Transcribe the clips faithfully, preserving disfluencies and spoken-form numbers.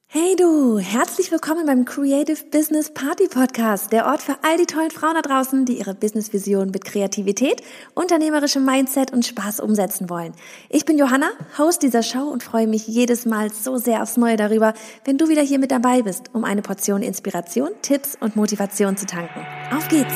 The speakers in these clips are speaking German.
Hey du, herzlich willkommen beim Creative Business Party Podcast, der Ort für all die tollen Frauen da draußen, die ihre Businessvision mit Kreativität, unternehmerischem Mindset und Spaß umsetzen wollen. Ich bin Johanna, Host dieser Show und freue mich jedes Mal so sehr aufs Neue darüber, wenn du wieder hier mit dabei bist, um eine Portion Inspiration, Tipps und Motivation zu tanken. Auf geht's!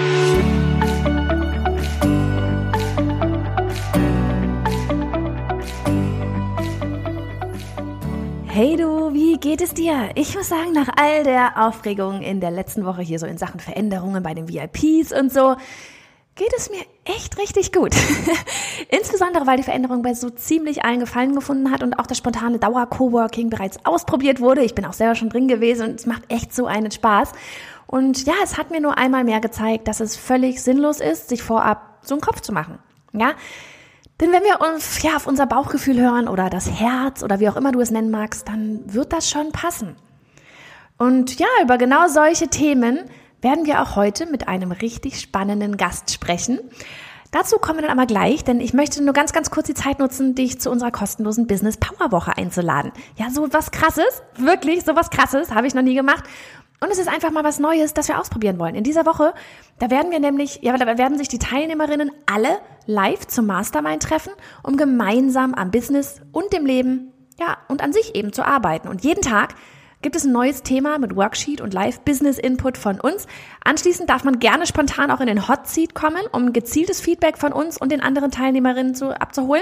Hey du, wie geht es dir? Ich muss sagen, nach all der Aufregung in der letzten Woche hier so in Sachen Veränderungen bei den V I Ps und so, geht es mir echt richtig gut. Insbesondere, weil die Veränderung bei so ziemlich allen Gefallen gefunden hat und auch das spontane Dauer-Coworking bereits ausprobiert wurde. Ich bin auch selber schon drin gewesen und es macht echt so einen Spaß. Und ja, es hat mir nur einmal mehr gezeigt, dass es völlig sinnlos ist, sich vorab so einen Kopf zu machen. Ja, denn wenn wir uns ja auf unser Bauchgefühl hören oder das Herz oder wie auch immer du es nennen magst, dann wird das schon passen. Und ja, über genau solche Themen werden wir auch heute mit einem richtig spannenden Gast sprechen. Dazu kommen wir dann aber gleich, denn ich möchte nur ganz, ganz kurz die Zeit nutzen, dich zu unserer kostenlosen Business Power Woche einzuladen. Ja, so was Krasses, wirklich so was Krasses, habe ich noch nie gemacht. Und es ist einfach mal was Neues, das wir ausprobieren wollen. In dieser Woche, da werden wir nämlich, ja, da werden sich die Teilnehmerinnen alle live zum Mastermind treffen, um gemeinsam am Business und dem Leben, ja, und an sich eben zu arbeiten. Und jeden Tag gibt es ein neues Thema mit Worksheet und Live-Business-Input von uns. Anschließend darf man gerne spontan auch in den Hot Seat kommen, um gezieltes Feedback von uns und den anderen Teilnehmerinnen zu, abzuholen.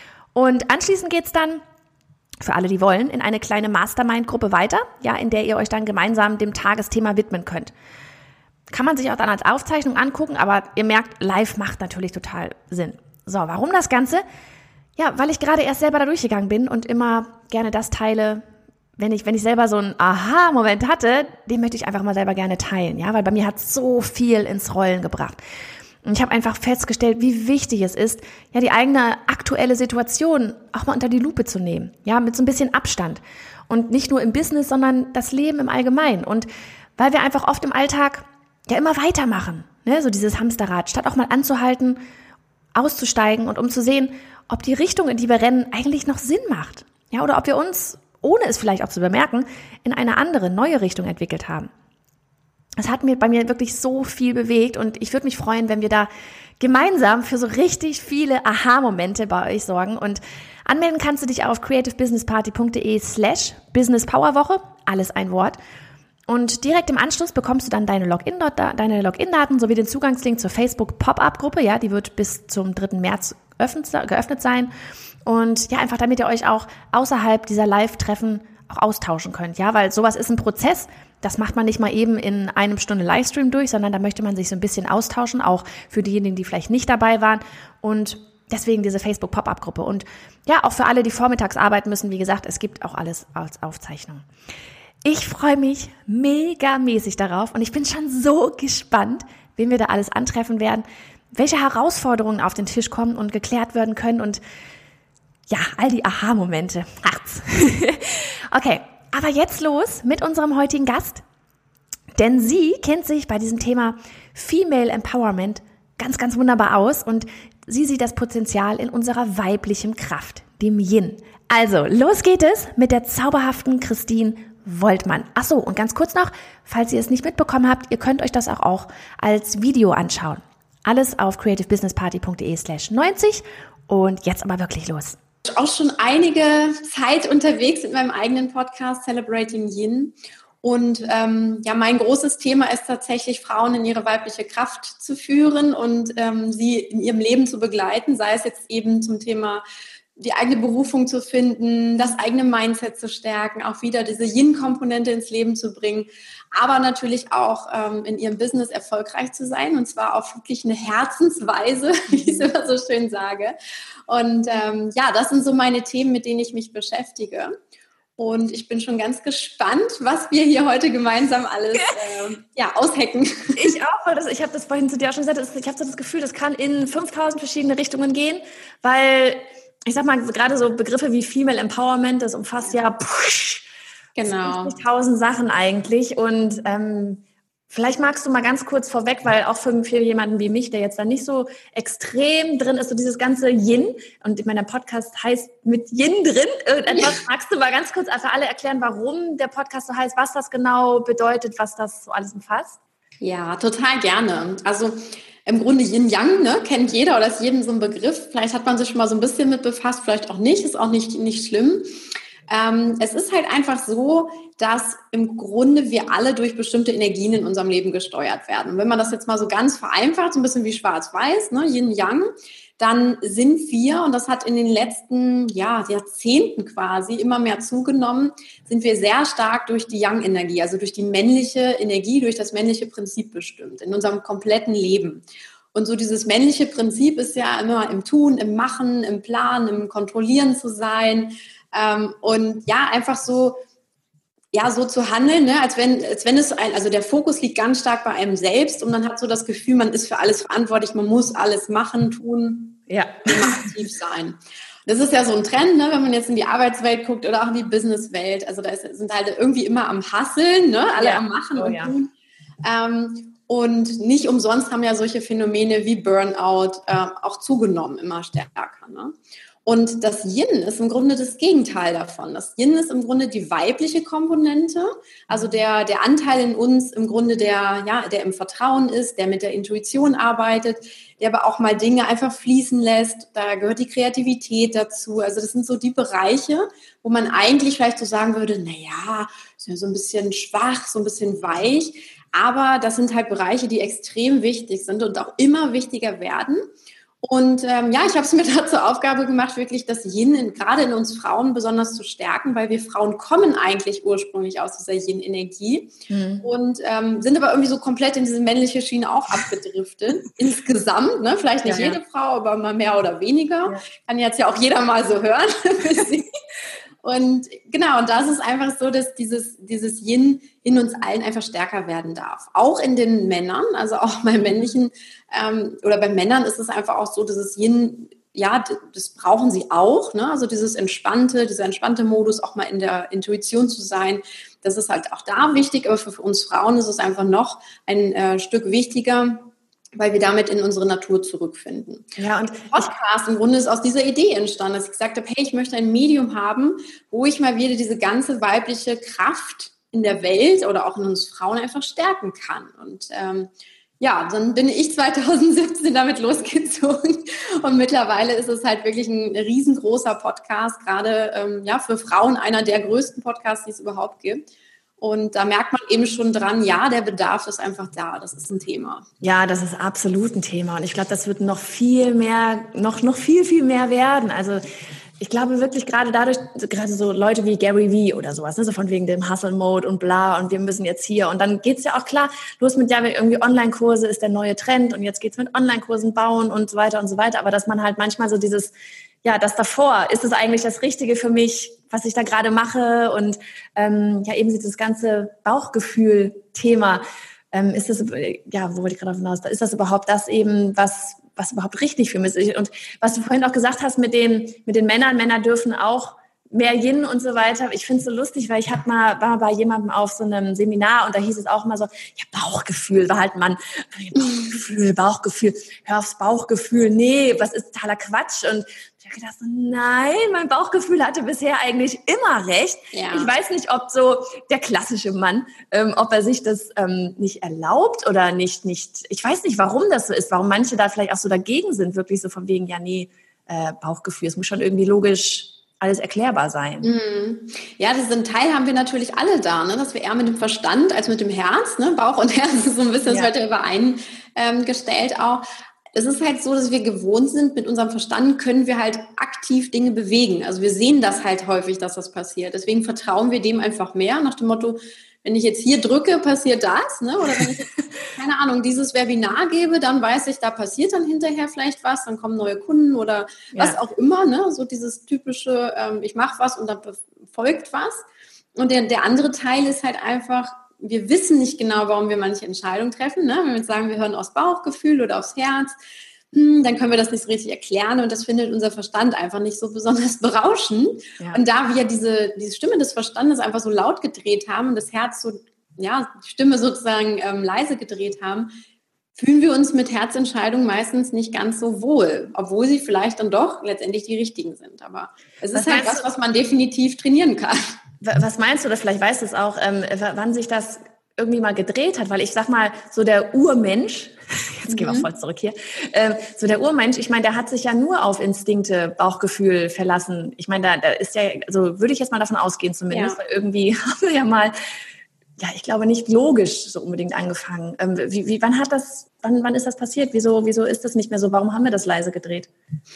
Und anschließend geht's dann, für alle, die wollen, in eine kleine Mastermind-Gruppe weiter, ja, in der ihr euch dann gemeinsam dem Tagesthema widmen könnt. Kann man sich auch dann als Aufzeichnung angucken, aber ihr merkt, live macht natürlich total Sinn. So, warum das Ganze? Ja, weil ich gerade erst selber da durchgegangen bin und immer gerne das teile, wenn ich, wenn ich selber so einen Aha-Moment hatte, den möchte ich einfach mal selber gerne teilen, ja, weil bei mir hat so viel ins Rollen gebracht. Und ich habe einfach festgestellt, wie wichtig es ist, ja, die eigene aktuelle Situation auch mal unter die Lupe zu nehmen, ja, mit so ein bisschen Abstand. Und nicht nur im Business, sondern das Leben im Allgemeinen. Und weil wir einfach oft im Alltag ja immer weitermachen, ne, so dieses Hamsterrad, statt auch mal anzuhalten, auszusteigen und um zu sehen, ob die Richtung, in die wir rennen, eigentlich noch Sinn macht. Ja, oder ob wir uns, ohne es vielleicht auch zu bemerken, in eine andere, neue Richtung entwickelt haben. Es hat mir bei mir wirklich so viel bewegt und ich würde mich freuen, wenn wir da gemeinsam für so richtig viele Aha-Momente bei euch sorgen. Und anmelden kannst du dich auf creativebusinessparty.de slash businesspowerwoche, alles ein Wort. Und direkt im Anschluss bekommst du dann deine Login, deine Login-Daten sowie den Zugangslink zur Facebook-Pop-Up-Gruppe. Ja, die wird bis zum dritten März geöffnet sein. Und ja, einfach damit ihr euch auch außerhalb dieser Live-Treffen auch austauschen könnt. Ja, weil sowas ist ein Prozess. Das macht man nicht mal eben in einem Stunde Livestream durch, sondern da möchte man sich so ein bisschen austauschen, auch für diejenigen, die vielleicht nicht dabei waren. Und deswegen diese Facebook-Pop-Up-Gruppe. Und ja, auch für alle, die vormittags arbeiten müssen, wie gesagt, es gibt auch alles als Aufzeichnung. Ich freue mich megamäßig darauf und ich bin schon so gespannt, wen wir da alles antreffen werden, welche Herausforderungen auf den Tisch kommen und geklärt werden können und ja, all die Aha-Momente. Hart's. Okay. Aber jetzt los mit unserem heutigen Gast, denn sie kennt sich bei diesem Thema Female Empowerment ganz, ganz wunderbar aus und sie sieht das Potenzial in unserer weiblichen Kraft, dem Yin. Also, los geht es mit der zauberhaften Christine Woltmann. Ach so, und ganz kurz noch, falls ihr es nicht mitbekommen habt, ihr könnt euch das auch, auch als Video anschauen. Alles auf creativebusinessparty.de slash neunzig und jetzt aber wirklich los. Auch schon einige Zeit unterwegs mit meinem eigenen Podcast Celebrating Yin und ähm, ja, mein großes Thema ist tatsächlich, Frauen in ihre weibliche Kraft zu führen und ähm, sie in ihrem Leben zu begleiten, sei es jetzt eben zum Thema die eigene Berufung zu finden, das eigene Mindset zu stärken, auch wieder diese Yin-Komponente ins Leben zu bringen, aber natürlich auch ähm, in ihrem Business erfolgreich zu sein und zwar auf wirklich eine Herzensweise, wie ich es immer so schön sage. Und ähm, ja, das sind so meine Themen, mit denen ich mich beschäftige. Und ich bin schon ganz gespannt, was wir hier heute gemeinsam alles äh, ja, aushacken. Ich auch, weil das, ich habe das vorhin zu dir auch schon gesagt, ich habe so das Gefühl, das kann in fünftausend verschiedene Richtungen gehen, weil ich sag mal, gerade so Begriffe wie Female Empowerment, das umfasst ja genau tausend Sachen eigentlich und ähm, Vielleicht magst du mal ganz kurz vorweg, weil auch für, für jemanden wie mich, der jetzt da nicht so extrem drin ist, so dieses ganze Yin, und ich meine, der Podcast heißt mit Yin drin, irgendetwas, magst du mal ganz kurz für alle erklären, warum der Podcast so heißt, was das genau bedeutet, was das so alles umfasst? Ja, total gerne. Also im Grunde Yin-Yang, ne, kennt jeder oder ist jedem so ein Begriff. Vielleicht hat man sich schon mal so ein bisschen mit befasst, vielleicht auch nicht, ist auch nicht, nicht schlimm. Ähm, es ist halt einfach so, dass im Grunde wir alle durch bestimmte Energien in unserem Leben gesteuert werden. Und wenn man das jetzt mal so ganz vereinfacht, so ein bisschen wie schwarz-weiß, ne, Yin-Yang, dann sind wir, und das hat in den letzten ja, Jahrzehnten quasi immer mehr zugenommen, sind wir sehr stark durch die Yang-Energie, also durch die männliche Energie, durch das männliche Prinzip bestimmt, in unserem kompletten Leben. Und so dieses männliche Prinzip ist ja immer im Tun, im Machen, im Planen, im Kontrollieren zu sein. Ähm, und ja, einfach so, ja, so zu handeln, ne, als wenn, als wenn es ein, also der Fokus liegt ganz stark bei einem selbst und man hat so das Gefühl, man ist für alles verantwortlich, man muss alles machen, tun, ja, immer aktiv sein. Das ist ja so ein Trend, ne, wenn man jetzt in die Arbeitswelt guckt oder auch in die Businesswelt. Also da ist, sind halt irgendwie immer am Hasseln, ne, alle ja. am Machen oh, und ja. tun. Ähm, und nicht umsonst haben ja solche Phänomene wie Burnout äh, auch zugenommen, immer stärker, ne? Und das Yin ist im Grunde das Gegenteil davon. Das Yin ist im Grunde die weibliche Komponente, also der, der Anteil in uns im Grunde, der, ja, der im Vertrauen ist, der mit der Intuition arbeitet, der aber auch mal Dinge einfach fließen lässt. Da gehört die Kreativität dazu. Also das sind so die Bereiche, wo man eigentlich vielleicht so sagen würde, na ja, ist ja so ein bisschen schwach, so ein bisschen weich. Aber das sind halt Bereiche, die extrem wichtig sind und auch immer wichtiger werden. Und ähm, ja, ich habe es mir da zur Aufgabe gemacht, wirklich das Yin in, gerade in uns Frauen besonders zu stärken, weil wir Frauen kommen eigentlich ursprünglich aus dieser Yin-Energie mhm. und ähm, sind aber irgendwie so komplett in diese männliche Schiene auch abgedriftet. Insgesamt, ne? Vielleicht nicht ja, jede ja. Frau, aber mal mehr oder weniger. Ja. Kann jetzt ja auch jeder mal so hören für sie. Und genau, und da ist es einfach so, dass dieses, dieses Yin in uns allen einfach stärker werden darf. Auch in den Männern, also auch bei männlichen ähm, oder bei Männern ist es einfach auch so, dass das Yin, ja, das brauchen sie auch, ne? Also dieses entspannte, dieser entspannte Modus, auch mal in der Intuition zu sein, das ist halt auch da wichtig, aber für, für uns Frauen ist es einfach noch ein äh, Stück wichtiger, weil wir damit in unsere Natur zurückfinden. Ja, und Podcast im Grunde ist aus dieser Idee entstanden, dass ich gesagt habe, hey, ich möchte ein Medium haben, wo ich mal wieder diese ganze weibliche Kraft in der Welt oder auch in uns Frauen einfach stärken kann. Und ähm, ja, dann bin ich zwanzig siebzehn damit losgezogen und mittlerweile ist es halt wirklich ein riesengroßer Podcast, gerade ähm, ja für Frauen einer der größten Podcasts, die es überhaupt gibt. Und da merkt man eben schon dran, ja, der Bedarf ist einfach da. Das ist ein Thema. Ja, das ist absolut ein Thema. Und ich glaube, das wird noch viel mehr, noch, noch viel, viel mehr werden. Also ich glaube wirklich gerade dadurch, gerade so Leute wie Gary Vee oder sowas, ne, so von wegen dem Hustle-Mode und bla und wir müssen jetzt hier. Und dann geht's ja auch klar, los mit ja irgendwie Online-Kurse ist der neue Trend und jetzt geht's mit Online-Kursen bauen und so weiter und so weiter. Aber dass man halt manchmal so dieses, ja, das davor, ist es eigentlich das Richtige für mich, was ich da gerade mache und ähm, ja eben dieses ganze Bauchgefühl-Thema, ähm, ist das, ja, wo wollte ich gerade hinaus, ist das überhaupt das eben, was was überhaupt richtig für mich ist? Und was du vorhin auch gesagt hast mit den mit den Männern, Männer dürfen auch mehr Yin und so weiter. Ich finde es so lustig, weil ich hab mal, war mal bei jemandem auf so einem Seminar und da hieß es auch mal so, ja, Bauchgefühl, war halt ein Mann, Bauchgefühl, Bauchgefühl, hör aufs Bauchgefühl, nee, was ist totaler Quatsch. Und ich habe gedacht so, nein, mein Bauchgefühl hatte bisher eigentlich immer recht. Ja. Ich weiß nicht, ob so der klassische Mann, ähm, ob er sich das ähm, nicht erlaubt oder nicht, nicht, ich weiß nicht, warum das so ist, warum manche da vielleicht auch so dagegen sind, wirklich so von wegen, ja, nee, äh, Bauchgefühl, es muss schon irgendwie logisch alles erklärbar sein. Mhm. Ja, diesen Teil haben wir natürlich alle da, ne? Dass wir eher mit dem Verstand als mit dem Herz, ne? Bauch und Herz ist so ein bisschen, das wird ja übereingestellt ähm, auch. Es ist halt so, dass wir gewohnt sind, mit unserem Verstand können wir halt aktiv Dinge bewegen. Also wir sehen das halt häufig, dass das passiert. Deswegen vertrauen wir dem einfach mehr nach dem Motto, wenn ich jetzt hier drücke, passiert das, ne? Oder wenn ich jetzt, keine Ahnung, dieses Webinar gebe, dann weiß ich, da passiert dann hinterher vielleicht was, dann kommen neue Kunden oder ja. was auch immer, ne? So dieses typische, ähm, ich mache was und dann folgt was. Und der, der andere Teil ist halt einfach, wir wissen nicht genau, warum wir manche Entscheidungen treffen, ne? Wenn wir jetzt sagen, wir hören aufs Bauchgefühl oder aufs Herz, dann können wir das nicht so richtig erklären und das findet unser Verstand einfach nicht so besonders berauschend. Ja. Und da wir diese, diese Stimme des Verstandes einfach so laut gedreht haben und das Herz so ja, die Stimme sozusagen ähm, leise gedreht haben, fühlen wir uns mit Herzentscheidungen meistens nicht ganz so wohl, obwohl sie vielleicht dann doch letztendlich die richtigen sind. Aber es ist halt was, was man definitiv trainieren kann. Was meinst du, oder vielleicht weißt du es auch, ähm, wann sich das irgendwie mal gedreht hat? Weil ich sag mal, so der Urmensch, jetzt gehen wir voll zurück hier, äh, so der Urmensch, ich meine, der hat sich ja nur auf Instinkte, Bauchgefühl verlassen. Ich meine, da, da ist ja, also würde ich jetzt mal davon ausgehen zumindest, ja. Weil irgendwie haben wir ja mal, ja, ich glaube nicht logisch so unbedingt angefangen. Ähm, wie, wie, wann hat das, wann, wann ist das passiert? Wieso, wieso ist das nicht mehr so? Warum haben wir das leise gedreht?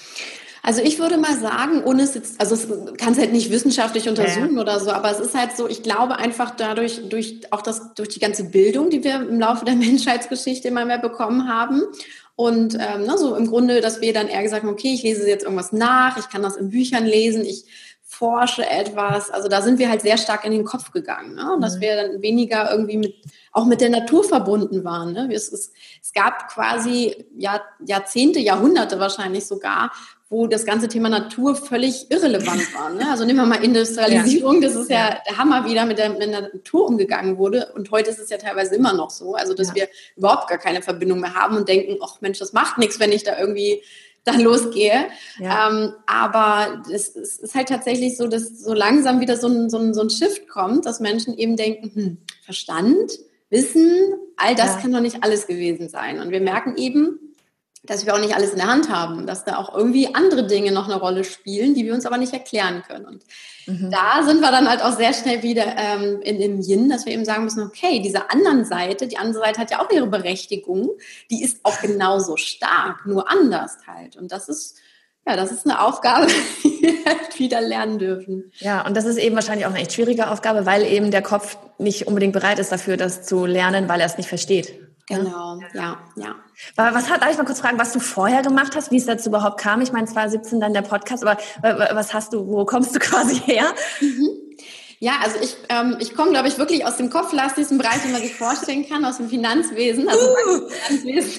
Also ich würde mal sagen, ohne es jetzt, also es kann es halt nicht wissenschaftlich untersuchen ja. oder so, aber es ist halt so, ich glaube einfach dadurch, durch auch das, durch die ganze Bildung, die wir im Laufe der Menschheitsgeschichte immer mehr bekommen haben. Und ähm, ne, so im Grunde, dass wir dann eher gesagt haben, okay, ich lese jetzt irgendwas nach, ich kann das in Büchern lesen, ich forsche etwas. Also da sind wir halt sehr stark in den Kopf gegangen, ne? Dass mhm. wir dann weniger irgendwie mit, auch mit der Natur verbunden waren. Ne? Es, es, es gab quasi Jahr, Jahrzehnte, Jahrhunderte wahrscheinlich sogar, wo das ganze Thema Natur völlig irrelevant war. Ne? Also nehmen wir mal Industrialisierung, das ist ja, ja der Hammer, wie da mit der, mit der Natur umgegangen wurde. Und heute ist es ja teilweise immer noch so, also dass ja. wir überhaupt gar keine Verbindung mehr haben und denken, ach Mensch, das macht nichts, wenn ich da irgendwie dann losgehe. Ja. Ähm, aber es, es ist halt tatsächlich so, dass so langsam wieder so ein, so ein, so ein Shift kommt, dass Menschen eben denken, hm, Verstand, Wissen, all das ja. kann doch nicht alles gewesen sein. Und wir merken eben, dass wir auch nicht alles in der Hand haben, dass da auch irgendwie andere Dinge noch eine Rolle spielen, die wir uns aber nicht erklären können. Und mhm. da sind wir dann halt auch sehr schnell wieder ähm, in dem Yin, dass wir eben sagen müssen, okay, diese anderen Seite, die andere Seite hat ja auch ihre Berechtigung, die ist auch genauso stark, nur anders halt. Und das ist, ja, das ist eine Aufgabe, die wir halt wieder lernen dürfen. Ja, und das ist eben wahrscheinlich auch eine echt schwierige Aufgabe, weil eben der Kopf nicht unbedingt bereit ist dafür, das zu lernen, weil er es nicht versteht. Genau, ja, ja. Was hat, darf ich mal kurz fragen, was du vorher gemacht hast, wie es dazu überhaupt kam? Ich meine, zwar siebzehn dann der Podcast, aber was hast du, wo kommst du quasi her? Mhm. Ja, also ich, ähm, ich komme, glaube ich, wirklich aus dem kopflastigsten Bereich, den man sich vorstellen kann, aus dem Finanzwesen, also uh. Finanzwesen.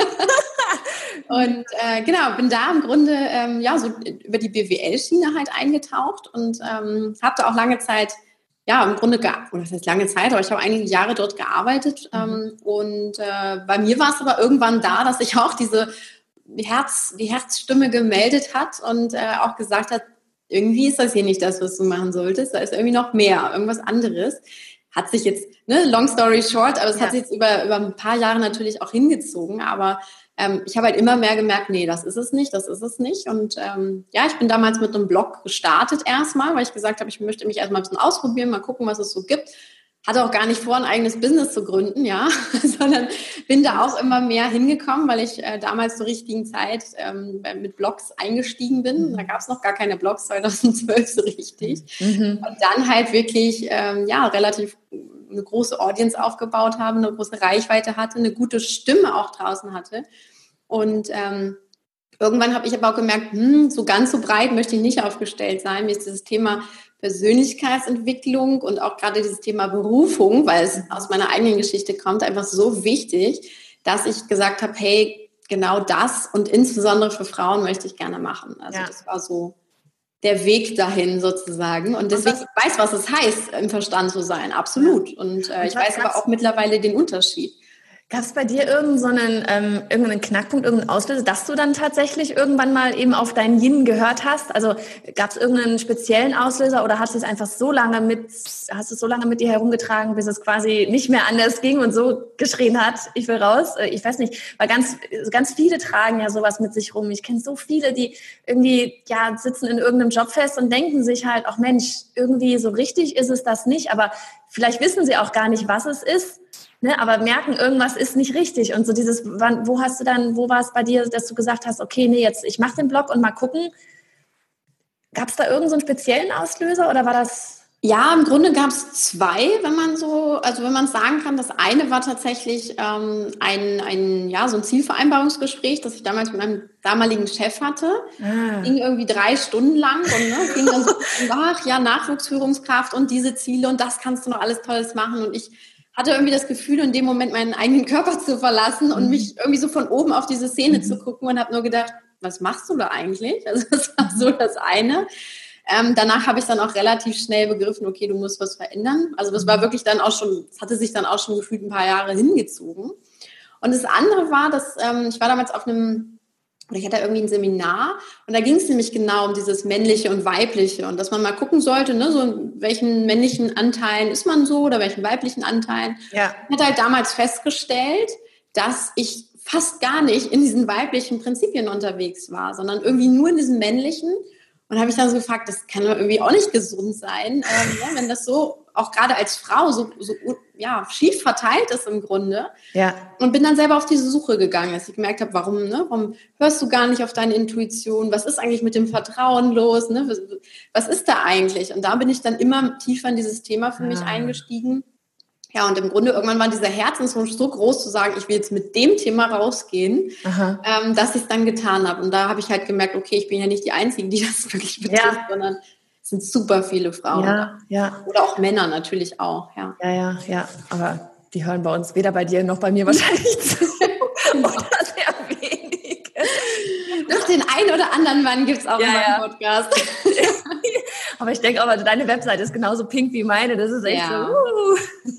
Und äh, genau, bin da im Grunde ähm, ja so über die B W L-Schiene halt eingetaucht und ähm, habe da auch lange Zeit ja, im Grunde, ge- oder das heißt lange Zeit, aber ich habe einige Jahre dort gearbeitet. Mhm. Ähm, und äh, bei mir war es aber irgendwann da, dass sich auch diese Herz, die Herzstimme gemeldet hat und äh, auch gesagt hat, irgendwie ist das hier nicht das, was du machen solltest. Da ist irgendwie noch mehr, irgendwas anderes. Hat sich jetzt, ne, long story short, aber es ja. hat sich jetzt über, über ein paar Jahre natürlich auch hingezogen, aber Ähm, ich habe halt immer mehr gemerkt, nee, das ist es nicht, das ist es nicht. Und ähm, ja, ich bin damals mit einem Blog gestartet erstmal, weil ich gesagt habe, ich möchte mich erstmal ein bisschen ausprobieren, mal gucken, was es so gibt. Hatte auch gar nicht vor, ein eigenes Business zu gründen, ja, sondern bin da auch immer mehr hingekommen, weil ich äh, damals zur richtigen Zeit ähm, mit Blogs eingestiegen bin. Mhm. Da gab es noch gar keine Blogs, zweitausendzwölf so richtig. Mhm. Und dann halt wirklich, ähm, ja, relativ eine große Audience aufgebaut habe, eine große Reichweite hatte, eine gute Stimme auch draußen hatte. Und ähm, irgendwann habe ich aber auch gemerkt, hm, so ganz so breit möchte ich nicht aufgestellt sein. Mir ist dieses Thema Persönlichkeitsentwicklung und auch gerade dieses Thema Berufung, weil es aus meiner eigenen Geschichte kommt, einfach so wichtig, dass ich gesagt habe, hey, genau das und insbesondere für Frauen möchte ich gerne machen. Also ja. das war so der Weg dahin sozusagen. Und deswegen und ich weiß, was es heißt, im Verstand zu sein, absolut. Ja. Und äh, ich weiß aber auch mittlerweile den Unterschied. Gab es bei dir irgend so einen, ähm, irgendeinen Knackpunkt, irgendeinen Auslöser, dass du dann tatsächlich irgendwann mal eben auf dein Yin gehört hast? Also gab es irgendeinen speziellen Auslöser oder hast du es einfach so lange mit, hast du es so lange mit dir herumgetragen, bis es quasi nicht mehr anders ging und so geschrien hat, ich will raus? Ich weiß nicht, weil ganz, ganz viele tragen ja sowas mit sich rum. Ich kenne so viele, die irgendwie, ja, sitzen in irgendeinem Job fest und denken sich halt, ach Mensch, irgendwie so richtig ist es das nicht, aber vielleicht wissen sie auch gar nicht, was es ist. Ne, aber merken, irgendwas ist nicht richtig. Und so dieses, wann, wo hast du dann, wo war es bei dir, dass du gesagt hast, okay, nee, jetzt, ich mache den Blog und mal gucken. Gab es da irgendeinen so einen speziellen Auslöser oder war das? Ja, im Grunde gab es zwei, wenn man so, also wenn man sagen kann. Das eine war tatsächlich ähm, ein, ein, ja, so ein Zielvereinbarungsgespräch, das ich damals mit meinem damaligen Chef hatte. Ah. Ging irgendwie drei Stunden lang und ne, ging dann so, ach ja, Nachwuchsführungskraft und diese Ziele und das kannst du noch alles Tolles machen. Und ich hatte irgendwie das Gefühl, in dem Moment meinen eigenen Körper zu verlassen und mich irgendwie so von oben auf diese Szene mhm. zu gucken und habe nur gedacht, was machst du da eigentlich? Also das war so das eine. Ähm, danach habe ich dann auch relativ schnell begriffen, okay, du musst was verändern. Also das war wirklich dann auch schon, das hatte sich dann auch schon gefühlt ein paar Jahre hingezogen. Und das andere war, dass ähm, ich war damals auf einem, oder ich hatte irgendwie ein Seminar und da ging es nämlich genau um dieses Männliche und Weibliche und dass man mal gucken sollte, ne, so in welchen männlichen Anteilen ist man so oder welchen weiblichen Anteilen. Ja. Ich hatte halt damals festgestellt, dass ich fast gar nicht in diesen weiblichen Prinzipien unterwegs war, sondern irgendwie nur in diesen männlichen. Und habe ich dann so gefragt, das kann doch irgendwie auch nicht gesund sein, ähm, ja, wenn das so auch gerade als Frau so, so ja, schief verteilt ist im Grunde. Ja. Und bin dann selber auf diese Suche gegangen, dass ich gemerkt habe, warum, ne, warum hörst du gar nicht auf deine Intuition? Was ist eigentlich mit dem Vertrauen los? Ne? Was, was ist da eigentlich? Und da bin ich dann immer tiefer in dieses Thema für mich ah. eingestiegen. Ja, und im Grunde irgendwann war dieser Herzenswunsch so groß zu sagen, ich will jetzt mit dem Thema rausgehen, ähm, dass ich es dann getan habe. Und da habe ich halt gemerkt, okay, ich bin ja nicht die Einzige, die das wirklich betrifft, ja. sondern es sind super viele Frauen. Ja, ja. Oder auch Männer natürlich auch. Ja, ja, ja, ja. Aber die hören bei uns weder bei dir noch bei mir wahrscheinlich zu. Oder sehr wenig. Doch den einen oder anderen Mann gibt es auch ja, in meinem ja. Podcast. Aber ich denke auch, deine Webseite ist genauso pink wie meine. Das ist echt ja. so, uh.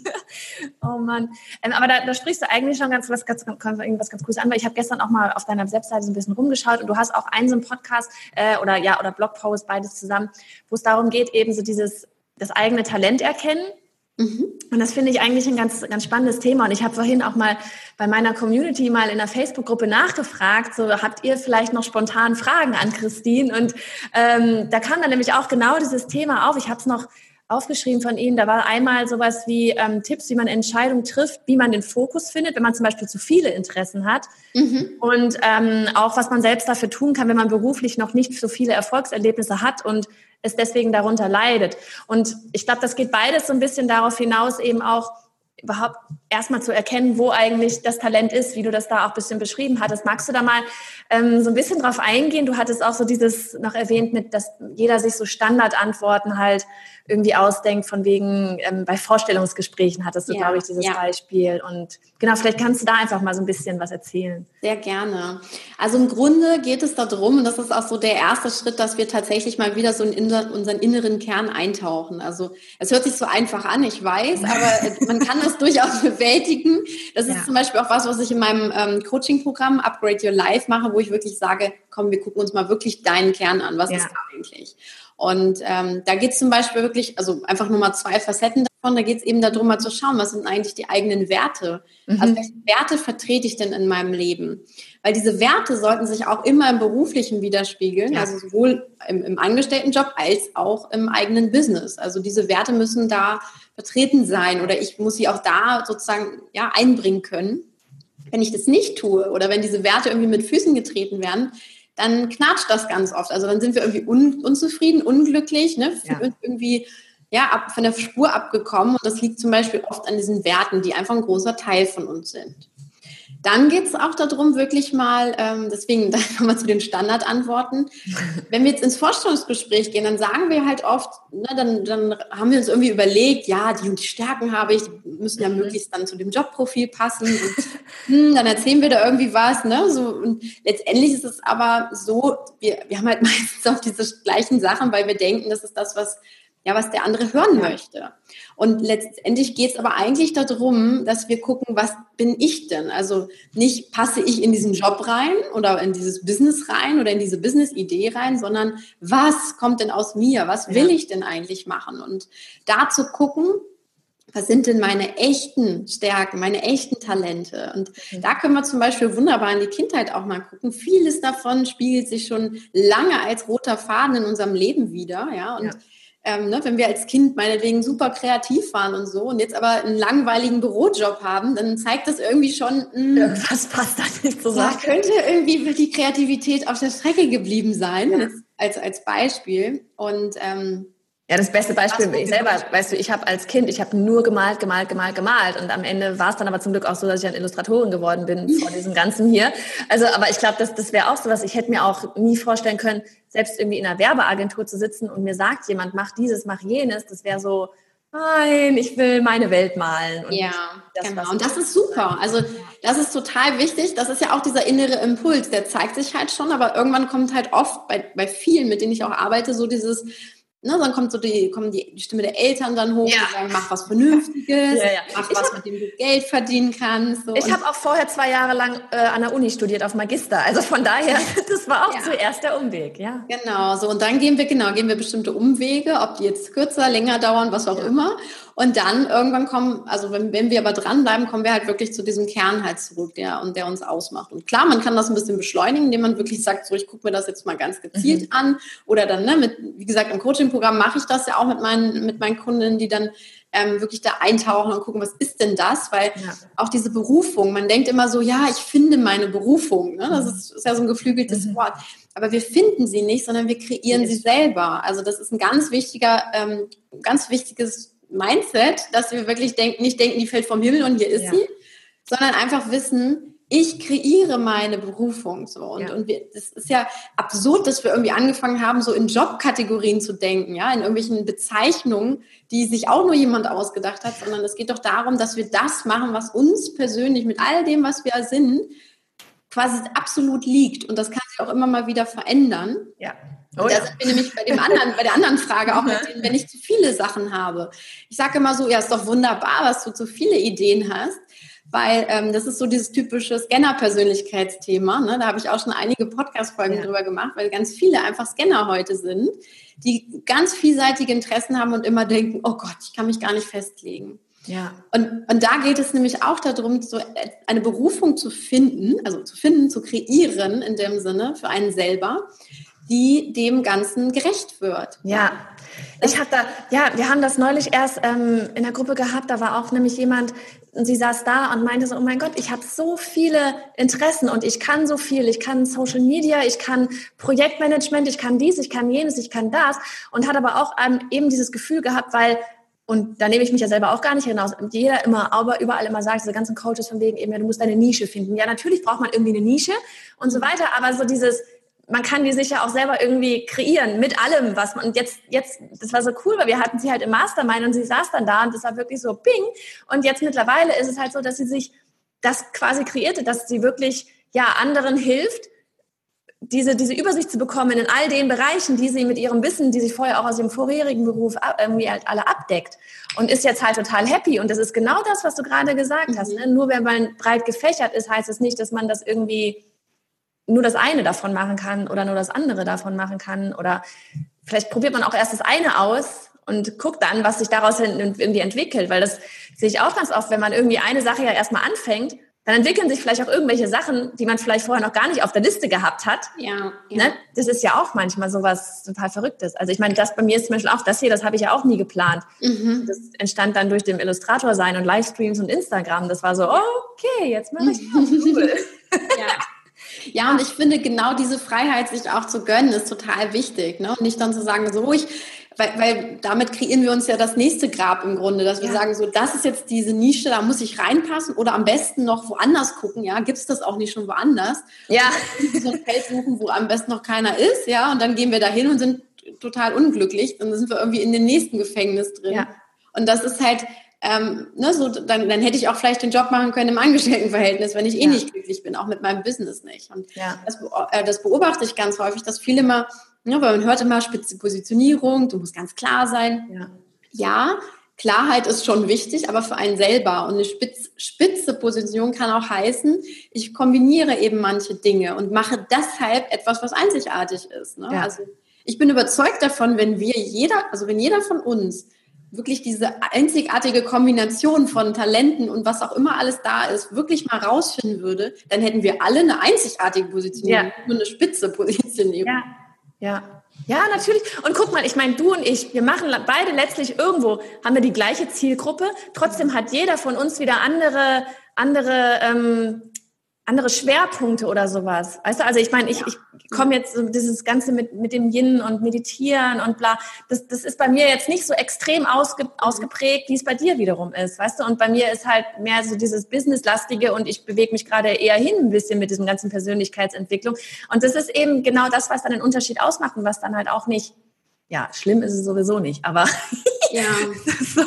Oh Mann. Ähm, aber da, da sprichst du eigentlich schon ganz was, ganz, irgendwas ganz Cooles an, weil ich habe gestern auch mal auf deiner Webseite so ein bisschen rumgeschaut und du hast auch einen so einen Podcast äh, oder ja oder Blogpost, beides zusammen, wo es darum geht, eben so dieses, das eigene Talent erkennen. Mhm. Und das finde ich eigentlich ein ganz, ganz spannendes Thema. Und ich habe vorhin auch mal bei meiner Community mal in der Facebook-Gruppe nachgefragt, so habt ihr vielleicht noch spontan Fragen an Christine? Und ähm, da kam dann nämlich auch genau dieses Thema auf. Ich habe es noch aufgeschrieben von Ihnen. Da war einmal sowas wie ähm, Tipps, wie man Entscheidungen trifft, wie man den Fokus findet, wenn man zum Beispiel zu viele Interessen hat. Mhm. Und ähm, auch, was man selbst dafür tun kann, wenn man beruflich noch nicht so viele Erfolgserlebnisse hat und es deswegen darunter leidet. Und ich glaube, das geht beides so ein bisschen darauf hinaus, eben auch überhaupt erstmal zu erkennen, wo eigentlich das Talent ist, wie du das da auch ein bisschen beschrieben hattest. Magst du da mal ähm, so ein bisschen drauf eingehen? Du hattest auch so dieses noch erwähnt, mit, dass jeder sich so Standardantworten halt irgendwie ausdenkt, von wegen ähm, bei Vorstellungsgesprächen hattest du, ja, glaube ich, dieses ja. Beispiel. Und genau, vielleicht kannst du da einfach mal so ein bisschen was erzählen. Sehr gerne. Also im Grunde geht es darum, und das ist auch so der erste Schritt, dass wir tatsächlich mal wieder so in unseren inneren Kern eintauchen. Also es hört sich so einfach an, ich weiß, aber man kann das durchaus bewältigen. Das ist ja. zum Beispiel auch was, was ich in meinem ähm, Coaching-Programm Upgrade Your Life mache, wo ich wirklich sage, komm, wir gucken uns mal wirklich deinen Kern an. Was ja. ist da eigentlich? Und ähm, da geht es zum Beispiel wirklich, also einfach nur mal zwei Facetten davon, da geht es eben darum, mal zu schauen, was sind eigentlich die eigenen Werte? Mhm. Also welche Werte vertrete ich denn in meinem Leben? Weil diese Werte sollten sich auch immer im Beruflichen widerspiegeln, ja. also sowohl im, im Angestelltenjob als auch im eigenen Business. Also diese Werte müssen da vertreten sein oder ich muss sie auch da sozusagen ja einbringen können. Wenn ich das nicht tue oder wenn diese Werte irgendwie mit Füßen getreten werden, dann knatscht das ganz oft. Also dann sind wir irgendwie un, unzufrieden, unglücklich, ne? Ja. irgendwie ja, ab, von der Spur abgekommen. Und das liegt zum Beispiel oft an diesen Werten, die einfach ein großer Teil von uns sind. Dann geht es auch darum, wirklich mal, ähm, deswegen dann kommen wir zu den Standardantworten. Wenn wir jetzt ins Vorstellungsgespräch gehen, dann sagen wir halt oft, ne, dann, dann haben wir uns irgendwie überlegt, ja, die und die Stärken habe ich, die müssen ja möglichst dann zu dem Jobprofil passen. Und, hm, dann erzählen wir da irgendwie was. Ne, so, und letztendlich ist es aber so, wir, wir haben halt meistens auch diese gleichen Sachen, weil wir denken, das ist das, was ja, was der andere hören möchte. Und letztendlich geht es aber eigentlich darum, dass wir gucken, was bin ich denn? Also nicht passe ich in diesen Job rein oder in dieses Business rein oder in diese Business-Idee rein, sondern was kommt denn aus mir? Was will ja. ich denn eigentlich machen? Und da zu gucken, was sind denn meine echten Stärken, meine echten Talente? Und mhm. da können wir zum Beispiel wunderbar in die Kindheit auch mal gucken. Vieles davon spiegelt sich schon lange als roter Faden in unserem Leben wieder, ja, und ja. Ähm, ne, wenn wir als Kind meinetwegen super kreativ waren und so und jetzt aber einen langweiligen Bürojob haben, dann zeigt das irgendwie schon, mh, irgendwas passt da nicht zusammen. Da könnte irgendwie die Kreativität auf der Strecke geblieben sein, ja. als, als Beispiel. Und ähm, ja, das beste Beispiel, ich selber, weißt du, ich habe als Kind, ich habe nur gemalt, gemalt, gemalt, gemalt und am Ende war es dann aber zum Glück auch so, dass ich dann Illustratorin geworden bin vor diesem Ganzen hier. Also, aber ich glaube, das, das wäre auch so was, ich hätte mir auch nie vorstellen können, selbst irgendwie in einer Werbeagentur zu sitzen und mir sagt jemand, mach dieses, mach jenes, das wäre so, nein, ich will meine Welt malen. Und ja, das, genau. Und das ist super. Also das ist total wichtig. Das ist ja auch dieser innere Impuls, der zeigt sich halt schon, aber irgendwann kommt halt oft bei, bei vielen, mit denen ich auch arbeite, so dieses, ne, dann kommt so die, kommen die, die Stimme der Eltern dann hoch, ja. die sagen, mach was Vernünftiges, ja, ja. mach ich was, hab, mit dem du Geld verdienen kannst. So. Ich habe auch vorher zwei Jahre lang äh, an der Uni studiert, auf Magister. Also von daher, das war auch ja. zuerst der Umweg, ja. Genau, so und dann gehen wir, genau, gehen wir bestimmte Umwege, ob die jetzt kürzer, länger dauern, was auch ja. immer. Und dann irgendwann kommen, also wenn, wenn wir aber dranbleiben, kommen wir halt wirklich zu diesem Kern halt zurück, der, und der uns ausmacht. Und klar, man kann das ein bisschen beschleunigen, indem man wirklich sagt, so ich gucke mir das jetzt mal ganz gezielt mhm. an. Oder dann, ne, mit, wie gesagt, im Coaching-Programm mache ich das ja auch mit meinen, mit meinen Kundinnen, die dann ähm, wirklich da eintauchen und gucken, was ist denn das? Weil ja. auch diese Berufung, man denkt immer so, ja, ich finde meine Berufung. Ne? Das ist, ist ja so ein geflügeltes mhm. Wort. Aber wir finden sie nicht, sondern wir kreieren mhm. sie selber. Also das ist ein ganz wichtiger, ähm, ganz wichtiges Mindset, dass wir wirklich denken, nicht denken, die fällt vom Himmel und hier ist ja. sie, sondern einfach wissen, ich kreiere meine Berufung. So. Und, ja. und wir, das ist ja absurd, dass wir irgendwie angefangen haben, so in Jobkategorien zu denken, ja, in irgendwelchen Bezeichnungen, die sich auch nur jemand ausgedacht hat, sondern es geht doch darum, dass wir das machen, was uns persönlich mit all dem, was wir sind, quasi absolut liegt. Und das kann sich auch immer mal wieder verändern. Ja. Oh, da ja. sind wir nämlich bei dem anderen, bei der anderen Frage auch, mit denen, wenn ich zu viele Sachen habe. Ich sage immer so, ja, ist doch wunderbar, dass du zu viele Ideen hast, weil ähm, das ist so dieses typische Scanner-Persönlichkeitsthema. Ne? Da habe ich auch schon einige Podcast-Folgen ja. drüber gemacht, weil ganz viele einfach Scanner heute sind, die ganz vielseitige Interessen haben und immer denken, oh Gott, ich kann mich gar nicht festlegen. Ja. Und, und da geht es nämlich auch darum, so eine Berufung zu finden, also zu finden, zu kreieren in dem Sinne für einen selber, die dem Ganzen gerecht wird. Ja, ich habe da, ja, wir haben das neulich erst ähm, in der Gruppe gehabt, da war auch nämlich jemand, und sie saß da und meinte so, oh mein Gott, ich habe so viele Interessen und ich kann so viel, ich kann Social Media, ich kann Projektmanagement, ich kann dies, ich kann jenes, ich kann das und hat aber auch ähm, eben dieses Gefühl gehabt, weil, und da nehme ich mich ja selber auch gar nicht hinaus, jeder immer, aber überall immer sagt, diese ganzen Coaches von wegen eben, ja, du musst deine Nische finden. Ja, natürlich braucht man irgendwie eine Nische und so weiter, aber so dieses, man kann die sich ja auch selber irgendwie kreieren mit allem, was man, und jetzt, jetzt, das war so cool, weil wir hatten sie halt im Mastermind und sie saß dann da und das war wirklich so ping. Und jetzt mittlerweile ist es halt so, dass sie sich das quasi kreierte, dass sie wirklich, ja, anderen hilft, diese, diese Übersicht zu bekommen in all den Bereichen, die sie mit ihrem Wissen, die sie vorher auch aus ihrem vorherigen Beruf irgendwie halt alle abdeckt und ist jetzt halt total happy. Und das ist genau das, was du gerade gesagt mhm. hast. Ne? Nur wenn man breit gefächert ist, heißt es nicht, dass man das irgendwie nur das eine davon machen kann oder nur das andere davon machen kann oder vielleicht probiert man auch erst das eine aus und guckt dann, was sich daraus irgendwie entwickelt, weil das sehe ich auch ganz oft, wenn man irgendwie eine Sache ja erstmal anfängt, dann entwickeln sich vielleicht auch irgendwelche Sachen, die man vielleicht vorher noch gar nicht auf der Liste gehabt hat. Ja, ja. Ne? Das ist ja auch manchmal so was total Verrücktes. Also ich meine, das bei mir ist zum Beispiel auch das hier, das habe ich ja auch nie geplant. Mhm. Das entstand dann durch den Illustrator sein und Livestreams und Instagram. Das war so, okay, jetzt mache ich das. Cool. Ja. Ja, und ich finde, genau diese Freiheit, sich auch zu gönnen, ist total wichtig. Ne? Und nicht dann zu sagen, so ich, weil, weil damit kreieren wir uns ja das nächste Grab im Grunde, dass wir ja. sagen, so das ist jetzt diese Nische, da muss ich reinpassen oder am besten noch woanders gucken, ja, gibt es das auch nicht schon woanders? Ja. Und so ein Feld suchen, wo am besten noch keiner ist, ja, und dann gehen wir da hin und sind total unglücklich und dann sind wir irgendwie in dem nächsten Gefängnis drin. Ja. Und das ist halt, Ähm, ne, so, dann, dann hätte ich auch vielleicht den Job machen können im Angestelltenverhältnis, wenn ich eh ja. nicht glücklich bin, auch mit meinem Business nicht. Und ja. das, äh, das beobachte ich ganz häufig, dass viele immer, ne, weil man hört immer spitze Positionierung, du musst ganz klar sein. Ja, ja Klarheit ist schon wichtig, aber für einen selber. Und eine spitz, spitze Position kann auch heißen, ich kombiniere eben manche Dinge und mache deshalb etwas, was einzigartig ist. Ne? Ja. Also ich bin überzeugt davon, wenn wir jeder, also wenn jeder von uns wirklich diese einzigartige Kombination von Talenten und was auch immer alles da ist, wirklich mal rausfinden würde, dann hätten wir alle eine einzigartige Positionierung, ja. nur eine spitze Positionierung. Ja, ja. Ja, natürlich. Und guck mal, ich meine, du und ich, wir machen beide letztlich irgendwo, haben wir die gleiche Zielgruppe. Trotzdem hat jeder von uns wieder andere, andere, ähm, andere Schwerpunkte oder sowas. Weißt du, also ich meine, ich, ja. ich komme jetzt so dieses Ganze mit, mit dem Yin und Meditieren und bla, das, das ist bei mir jetzt nicht so extrem ausge, ausgeprägt, wie es bei dir wiederum ist, weißt du, und bei mir ist halt mehr so dieses Businesslastige und ich bewege mich gerade eher hin ein bisschen mit diesem ganzen Persönlichkeitsentwicklung und das ist eben genau das, was dann den Unterschied ausmacht und was dann halt auch nicht, ja, schlimm ist es sowieso nicht, aber ja. so,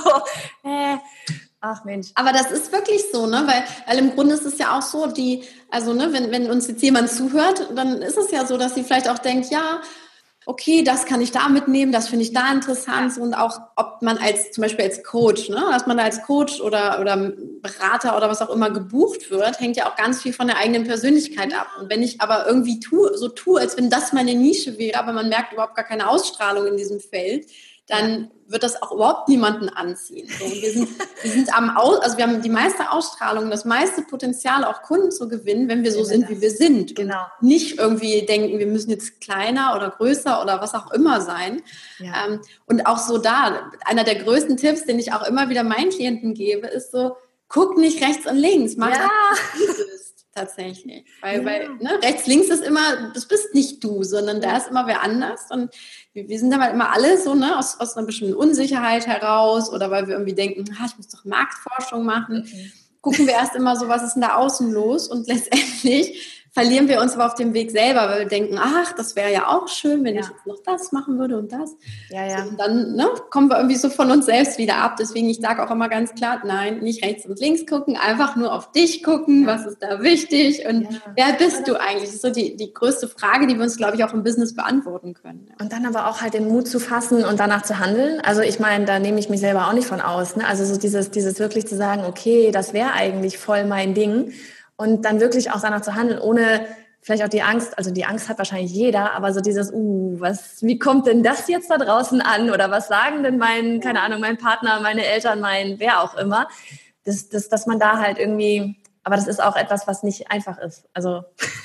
äh, ach Mensch. Aber das ist wirklich so, ne? Weil, weil im Grunde ist es ja auch so, die, also ne, wenn, wenn uns jetzt jemand zuhört, dann ist es ja so, dass sie vielleicht auch denkt, ja, okay, das kann ich da mitnehmen, das finde ich da interessant und auch, ob man als, zum Beispiel als Coach, ne, dass man da als Coach oder, oder Berater oder was auch immer gebucht wird, hängt ja auch ganz viel von der eigenen Persönlichkeit ab. Und wenn ich aber irgendwie tue, so tue, als wenn das meine Nische wäre, aber man merkt überhaupt gar keine Ausstrahlung in diesem Feld, dann wird das auch überhaupt niemanden anziehen. So, und wir sind, wir sind am Aus, also wir haben die meiste Ausstrahlung, das meiste Potenzial, auch Kunden zu gewinnen, wenn wir so sind, wie wir sind. Genau. Und nicht irgendwie denken, wir müssen jetzt kleiner oder größer oder was auch immer sein. Ja. Ähm, und auch so da, einer der größten Tipps, den ich auch immer wieder meinen Klienten gebe, ist so, guck nicht rechts und links, mach ja. das tatsächlich. Weil, ja. weil ne, rechts, links ist immer, das bist nicht du, sondern da ist immer wer anders. Und wir, wir sind dann halt immer alle so, ne, aus, aus einer bestimmten Unsicherheit heraus oder weil wir irgendwie denken, ah, ich muss doch Marktforschung machen. Mhm. Gucken wir erst immer so, was ist denn da außen los? Und letztendlich verlieren wir uns aber auf dem Weg selber, weil wir denken, ach, das wäre ja auch schön, wenn ja. ich jetzt noch das machen würde und das. Ja, ja. So, und dann ne, kommen wir irgendwie so von uns selbst wieder ab. Deswegen, ich sage auch immer ganz klar, nein, nicht rechts und links gucken, einfach nur auf dich gucken, was ist da wichtig und ja. wer bist du eigentlich? Das ist so die, die größte Frage, die wir uns, glaube ich, auch im Business beantworten können. Ja. Und dann aber auch halt den Mut zu fassen und danach zu handeln. Also ich meine, da nehme ich mich selber auch nicht von aus. Ne? Also so dieses, dieses wirklich zu sagen, okay, das wäre eigentlich voll mein Ding. Und dann wirklich auch danach zu handeln, ohne vielleicht auch die Angst, also die Angst hat wahrscheinlich jeder, aber so dieses, uh, was, wie kommt denn das jetzt da draußen an? Oder was sagen denn mein, keine Ahnung, mein Partner, meine Eltern, mein, wer auch immer? Das, das, dass man da halt irgendwie, aber das ist auch etwas, was nicht einfach ist. Also,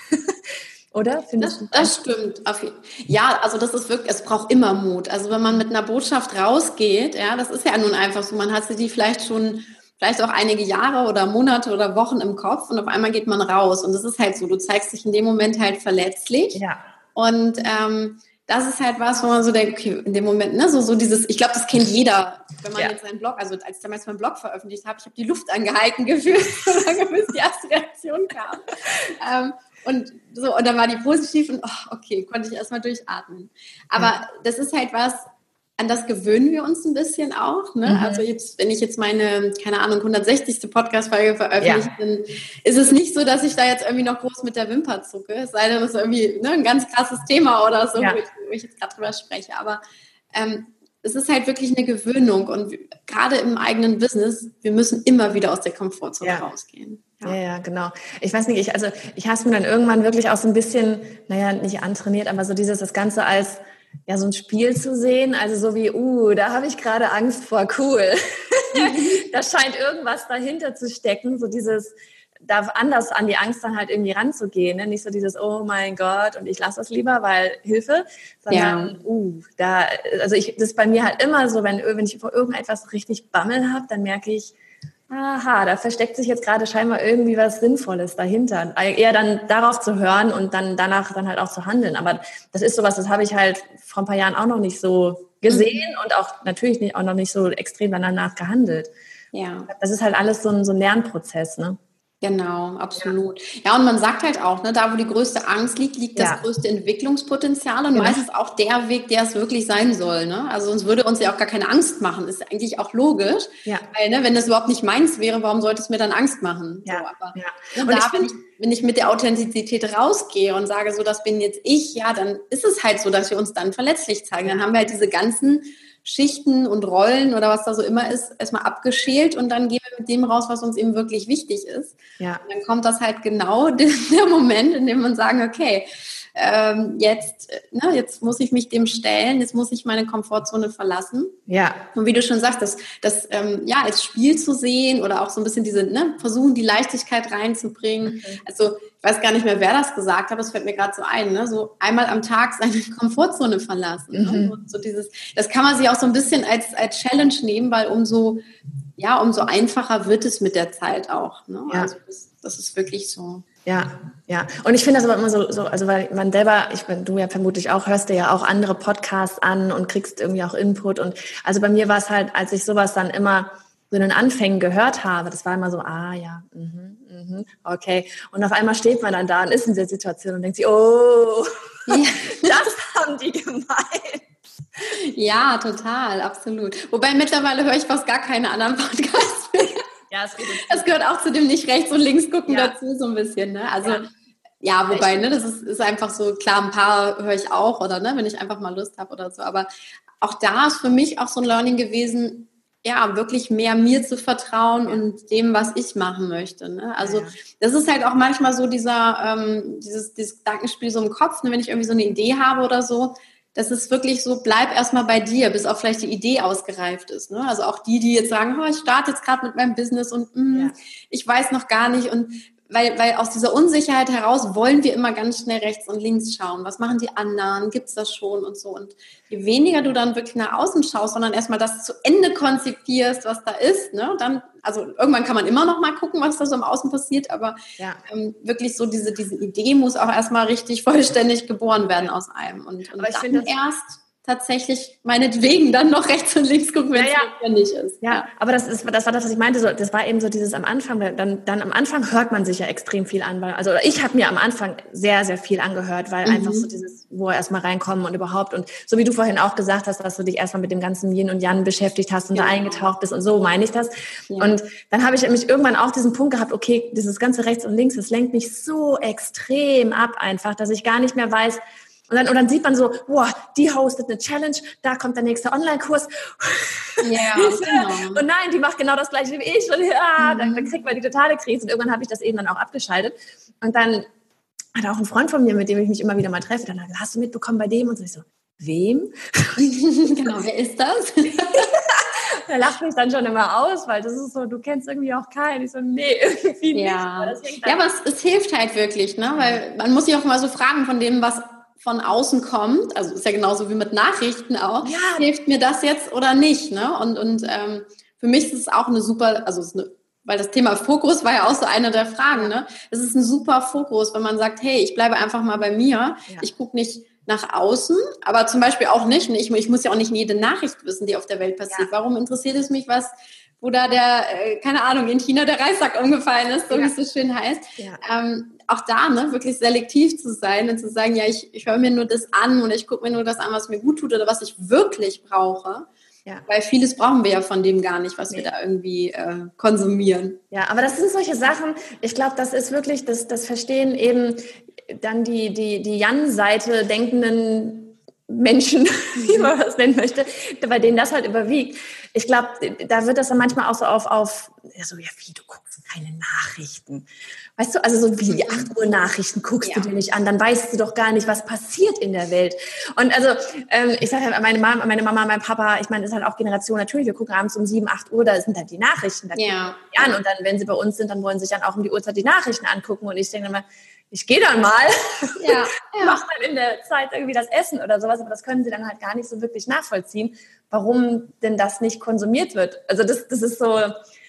oder? Findest das, das stimmt. Ja, also das ist wirklich, es braucht immer Mut. Also wenn man mit einer Botschaft rausgeht, ja, das ist ja nun einfach so, man hat sie die vielleicht schon vielleicht auch einige Jahre oder Monate oder Wochen im Kopf und auf einmal geht man raus. Und das ist halt so, du zeigst dich in dem Moment halt verletzlich. Ja. Und ähm, das ist halt was, wo man so denkt, okay, in dem Moment, ne, so, so dieses, ich glaube, das kennt jeder, wenn man ja. jetzt seinen Blog, also als ich damals meinen Blog veröffentlicht habe, ich habe die Luft angehalten gefühlt, so lange bis die erste Reaktion kam. ähm, und so, und dann war die positiv und oh, okay, konnte ich erstmal durchatmen. Aber ja. das ist halt was, an das gewöhnen wir uns ein bisschen auch. Ne? Mhm. Also jetzt, wenn ich jetzt meine, keine Ahnung, hundertsechzigste Podcast-Folge veröffentliche, ja. dann ist es nicht so, dass ich da jetzt irgendwie noch groß mit der Wimper zucke. Es sei denn, das ist irgendwie ne, ein ganz krasses Thema oder so, ja. wo, ich, wo ich jetzt gerade drüber spreche. Aber ähm, es ist halt wirklich eine Gewöhnung. Und gerade im eigenen Business, wir müssen immer wieder aus der Komfortzone ja. rausgehen. Ja. ja, ja, genau. Ich weiß nicht, ich, also ich habe es mir dann irgendwann wirklich auch so ein bisschen, naja, nicht antrainiert, aber so dieses, das Ganze als ja, so ein Spiel zu sehen, also so wie, uh, da habe ich gerade Angst vor, cool. Da scheint irgendwas dahinter zu stecken, so dieses, da anders an die Angst dann halt irgendwie ranzugehen, ne? Nicht so dieses, oh mein Gott, und ich lasse das lieber, weil Hilfe, sondern, ja. uh, da, also ich, das ist bei mir halt immer so, wenn, wenn ich vor irgendetwas richtig Bammel habe, dann merke ich, aha, da versteckt sich jetzt gerade scheinbar irgendwie was Sinnvolles dahinter. Eher dann darauf zu hören und dann danach dann halt auch zu handeln. Aber das ist sowas, das habe ich halt vor ein paar Jahren auch noch nicht so gesehen mhm. und auch natürlich nicht, auch noch nicht so extrem danach gehandelt. Ja. Das ist halt alles so ein, so ein Lernprozess, ne? Genau, absolut. Ja. ja, und man sagt halt auch, ne, da wo die größte Angst liegt, liegt ja. das größte Entwicklungspotenzial und genau. meistens auch der Weg, der es wirklich sein soll. Ne? Also sonst würde uns ja auch gar keine Angst machen. Ist eigentlich auch logisch, ja. weil ne, wenn das überhaupt nicht meins wäre, warum sollte es mir dann Angst machen? Ja. So, aber ja. und da, ich wenn, ich, wenn ich mit der Authentizität rausgehe und sage, so das bin jetzt ich, ja, dann ist es halt so, dass wir uns dann verletzlich zeigen. Dann haben wir halt diese ganzen Schichten und Rollen oder was da so immer ist, erstmal abgeschält und dann gehen wir mit dem raus, was uns eben wirklich wichtig ist. Ja. Und dann kommt das halt genau der Moment, in dem man sagen, okay, ähm, jetzt, ne, jetzt muss ich mich dem stellen, jetzt muss ich meine Komfortzone verlassen. Ja. Und wie du schon sagst, das, das ähm, ja, als Spiel zu sehen oder auch so ein bisschen diese, ne, versuchen, die Leichtigkeit reinzubringen. Okay. Also ich weiß gar nicht mehr, wer das gesagt hat, das fällt mir gerade so ein, ne? So einmal am Tag seine Komfortzone verlassen. Mhm. Ne? Und so dieses, das kann man sich auch so ein bisschen als, als Challenge nehmen, weil umso, ja, umso einfacher wird es mit der Zeit auch. Ne? Ja. Also das, das ist wirklich so. Ja, ja. Und ich finde das aber immer so, so, also weil man selber, ich bin, du ja vermutlich auch, hörst dir ja auch andere Podcasts an und kriegst irgendwie auch Input. Und also bei mir war es halt, als ich sowas dann immer so in den Anfängen gehört habe, das war immer so, ah ja, mhm, mhm, okay. Und auf einmal steht man dann da und ist in der Situation und denkt sich, oh, ja. Das haben die gemeint. Ja, total, absolut. Wobei mittlerweile höre ich fast gar keine anderen Podcasts mehr. Ja, es geht das gehört auch zu dem nicht rechts und links gucken ja. dazu so ein bisschen. Ne? Also ja. Ja, wobei, ne, das ist, ist einfach so, klar, ein paar höre ich auch oder ne, wenn ich einfach mal Lust habe oder so. Aber auch da ist für mich auch so ein Learning gewesen, ja, wirklich mehr mir zu vertrauen ja. und dem, was ich machen möchte. Ne? Also ja. das ist halt auch manchmal so dieser, ähm, dieses, dieses Gedankenspiel so im Kopf, ne, wenn ich irgendwie so eine Idee habe oder so, das ist wirklich so, bleib erstmal bei dir, bis auch vielleicht die Idee ausgereift ist. Ne? Also auch die, die jetzt sagen, oh, ich starte jetzt gerade mit meinem Business und mh, ja. ich weiß noch gar nicht und Weil, weil aus dieser Unsicherheit heraus wollen wir immer ganz schnell rechts und links schauen. Was machen die anderen? Gibt's das schon und so? Und je weniger du dann wirklich nach außen schaust, sondern erstmal das zu Ende konzipierst, was da ist, ne? Dann, also irgendwann kann man immer noch mal gucken, was da so im Außen passiert, aber ja. ähm, wirklich so diese, diese Idee muss auch erstmal richtig vollständig geboren werden aus einem. Und, und aber ich dann finde erst tatsächlich meinetwegen dann noch rechts und links gucken, wenn es ja, ja. nicht ist. Ja, ja, aber das ist, das war das, was ich meinte, so, das war eben so dieses am Anfang, dann, dann am Anfang hört man sich ja extrem viel an, weil, also ich habe mir am Anfang sehr, sehr viel angehört, weil mhm. einfach so dieses, wo wir erstmal reinkommen und überhaupt und so wie du vorhin auch gesagt hast, dass du dich erstmal mit dem ganzen Yin und Yang beschäftigt hast und ja. da eingetaucht bist und so meine ich das. Ja. Und dann habe ich mich irgendwann auch diesen Punkt gehabt, okay, dieses ganze rechts und links, das lenkt mich so extrem ab einfach, dass ich gar nicht mehr weiß. Und dann, und dann sieht man so, wow, die hostet eine Challenge, da kommt der nächste Online-Kurs. Ja, genau. Und nein, die macht genau das Gleiche wie ich. Und ja, mhm. dann, dann kriegt man die totale Krise. Und irgendwann habe ich das eben dann auch abgeschaltet. Und dann hat auch ein Freund von mir, mit dem ich mich immer wieder mal treffe, dann hat er, hast du mitbekommen bei dem? Und so, ich so, wem? Genau, wer ist das? Er lacht mich dann schon immer aus, weil das ist so, du kennst irgendwie auch keinen. Ich so, nee, irgendwie ja. nicht. Ja, aber es, es hilft halt wirklich, ne? Weil man muss sich auch mal so fragen von dem, was von außen kommt, also ist ja genauso wie mit Nachrichten auch, ja. hilft mir das jetzt oder nicht, ne? Und, und ähm, für mich ist es auch eine super, also es ist eine, weil das Thema Fokus war ja auch so eine der Fragen, ne? Es ist ein super Fokus, wenn man sagt, hey, ich bleibe einfach mal bei mir, ja. ich gucke nicht nach außen, aber zum Beispiel auch nicht, ich, ich muss ja auch nicht jede Nachricht wissen, die auf der Welt passiert. Ja. Warum interessiert es mich, was wo da der, äh, keine Ahnung, in China der Reissack umgefallen ist, so ja. wie es so schön heißt. Ja. Ähm, auch da, ne, wirklich selektiv zu sein und zu sagen, ja, ich, ich höre mir nur das an oder ich gucke mir nur das an, was mir gut tut oder was ich wirklich brauche. Ja. Weil vieles brauchen wir ja von dem gar nicht, was nee. wir da irgendwie äh, konsumieren. Ja, aber das sind solche Sachen, ich glaube, das ist wirklich, das, das Verstehen eben dann die, die, die Jan-Seite denkenden Menschen, wie man das nennen möchte, bei denen das halt überwiegt. Ich glaube, da wird das dann manchmal auch so auf, auf ja, so, ja, wie, du guckst keine Nachrichten. Weißt du, also so wie die acht Uhr Nachrichten guckst ja. du dir nicht an, dann weißt du doch gar nicht, was passiert in der Welt. Und also, ähm, ich sage halt, meine Mama, meine Mama, mein Papa, ich meine, das ist halt auch Generation, natürlich, wir gucken abends um sieben, acht Uhr, da sind dann die Nachrichten, da ja. die an. Und dann, wenn sie bei uns sind, dann wollen sie sich dann auch um die Uhrzeit die Nachrichten angucken. Und ich denke immer, ich gehe dann mal, ja, ja. mach dann in der Zeit irgendwie das Essen oder sowas, aber das können sie dann halt gar nicht so wirklich nachvollziehen, warum denn das nicht konsumiert wird. Also das, das ist so,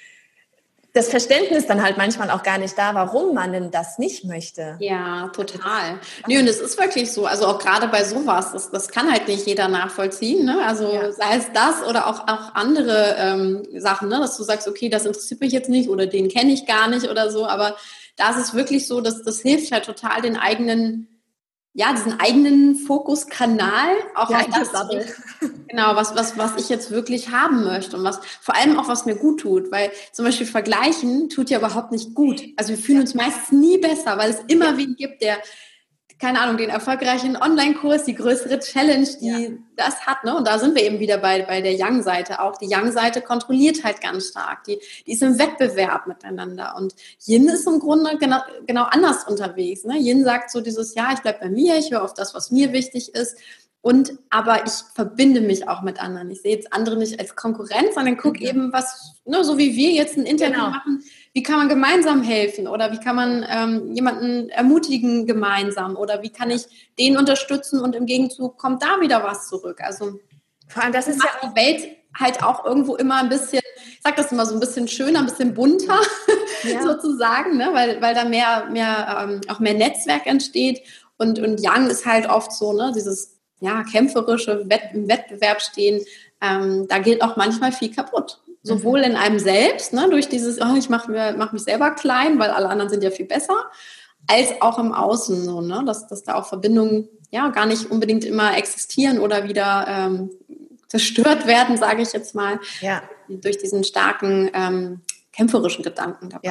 das Verständnis dann halt manchmal auch gar nicht da, warum man denn das nicht möchte. Ja, total. Nö, und es ist wirklich so, also auch gerade bei sowas, das, das kann halt nicht jeder nachvollziehen, ne? Also ja. sei es das oder auch, auch andere ähm, Sachen, ne? Dass du sagst, okay, das interessiert mich jetzt nicht oder den kenne ich gar nicht oder so, aber da ist es wirklich so, dass das hilft halt total den eigenen, ja, diesen eigenen Fokuskanal auch ja, auf das, genau, was, was, was ich jetzt wirklich haben möchte und was, vor allem auch, was mir gut tut, weil zum Beispiel vergleichen tut ja überhaupt nicht gut. Also wir fühlen uns meistens nie besser, weil es immer wen gibt, der, keine Ahnung, den erfolgreichen Online-Kurs, die größere Challenge, die ja. das hat, ne? Und da sind wir eben wieder bei, bei der Yang-Seite auch. Die Yang-Seite kontrolliert halt ganz stark. Die, die ist im Wettbewerb miteinander. Und Yin ist im Grunde genau, genau anders unterwegs, ne? Yin sagt so dieses, ja, ich bleib bei mir, ich höre auf das, was mir wichtig ist. Und, aber ich verbinde mich auch mit anderen. Ich sehe jetzt andere nicht als Konkurrenz, sondern gucke mhm. eben, was, ne, so wie wir jetzt ein Interview genau. machen, wie kann man gemeinsam helfen oder wie kann man ähm, jemanden ermutigen gemeinsam oder wie kann ich den unterstützen und im Gegenzug kommt da wieder was zurück. Also vor allem das ist macht ja die Welt halt auch irgendwo immer ein bisschen, ich sag das immer so ein bisschen schöner, ein bisschen bunter ja. sozusagen, ne? weil, weil da mehr, mehr ähm, auch mehr Netzwerk entsteht und, und Yang ist halt oft so, ne, dieses ja, kämpferische Wett- im Wettbewerb stehen, ähm, da geht auch manchmal viel kaputt. Sowohl in einem selbst, ne, durch dieses, oh, ich mache mir, mach mich selber klein, weil alle anderen sind ja viel besser, als auch im Außen, so, ne, dass, dass da auch Verbindungen ja gar nicht unbedingt immer existieren oder wieder ähm, zerstört werden, sage ich jetzt mal, ja. durch diesen starken ähm, kämpferischen Gedanken dabei. Ja.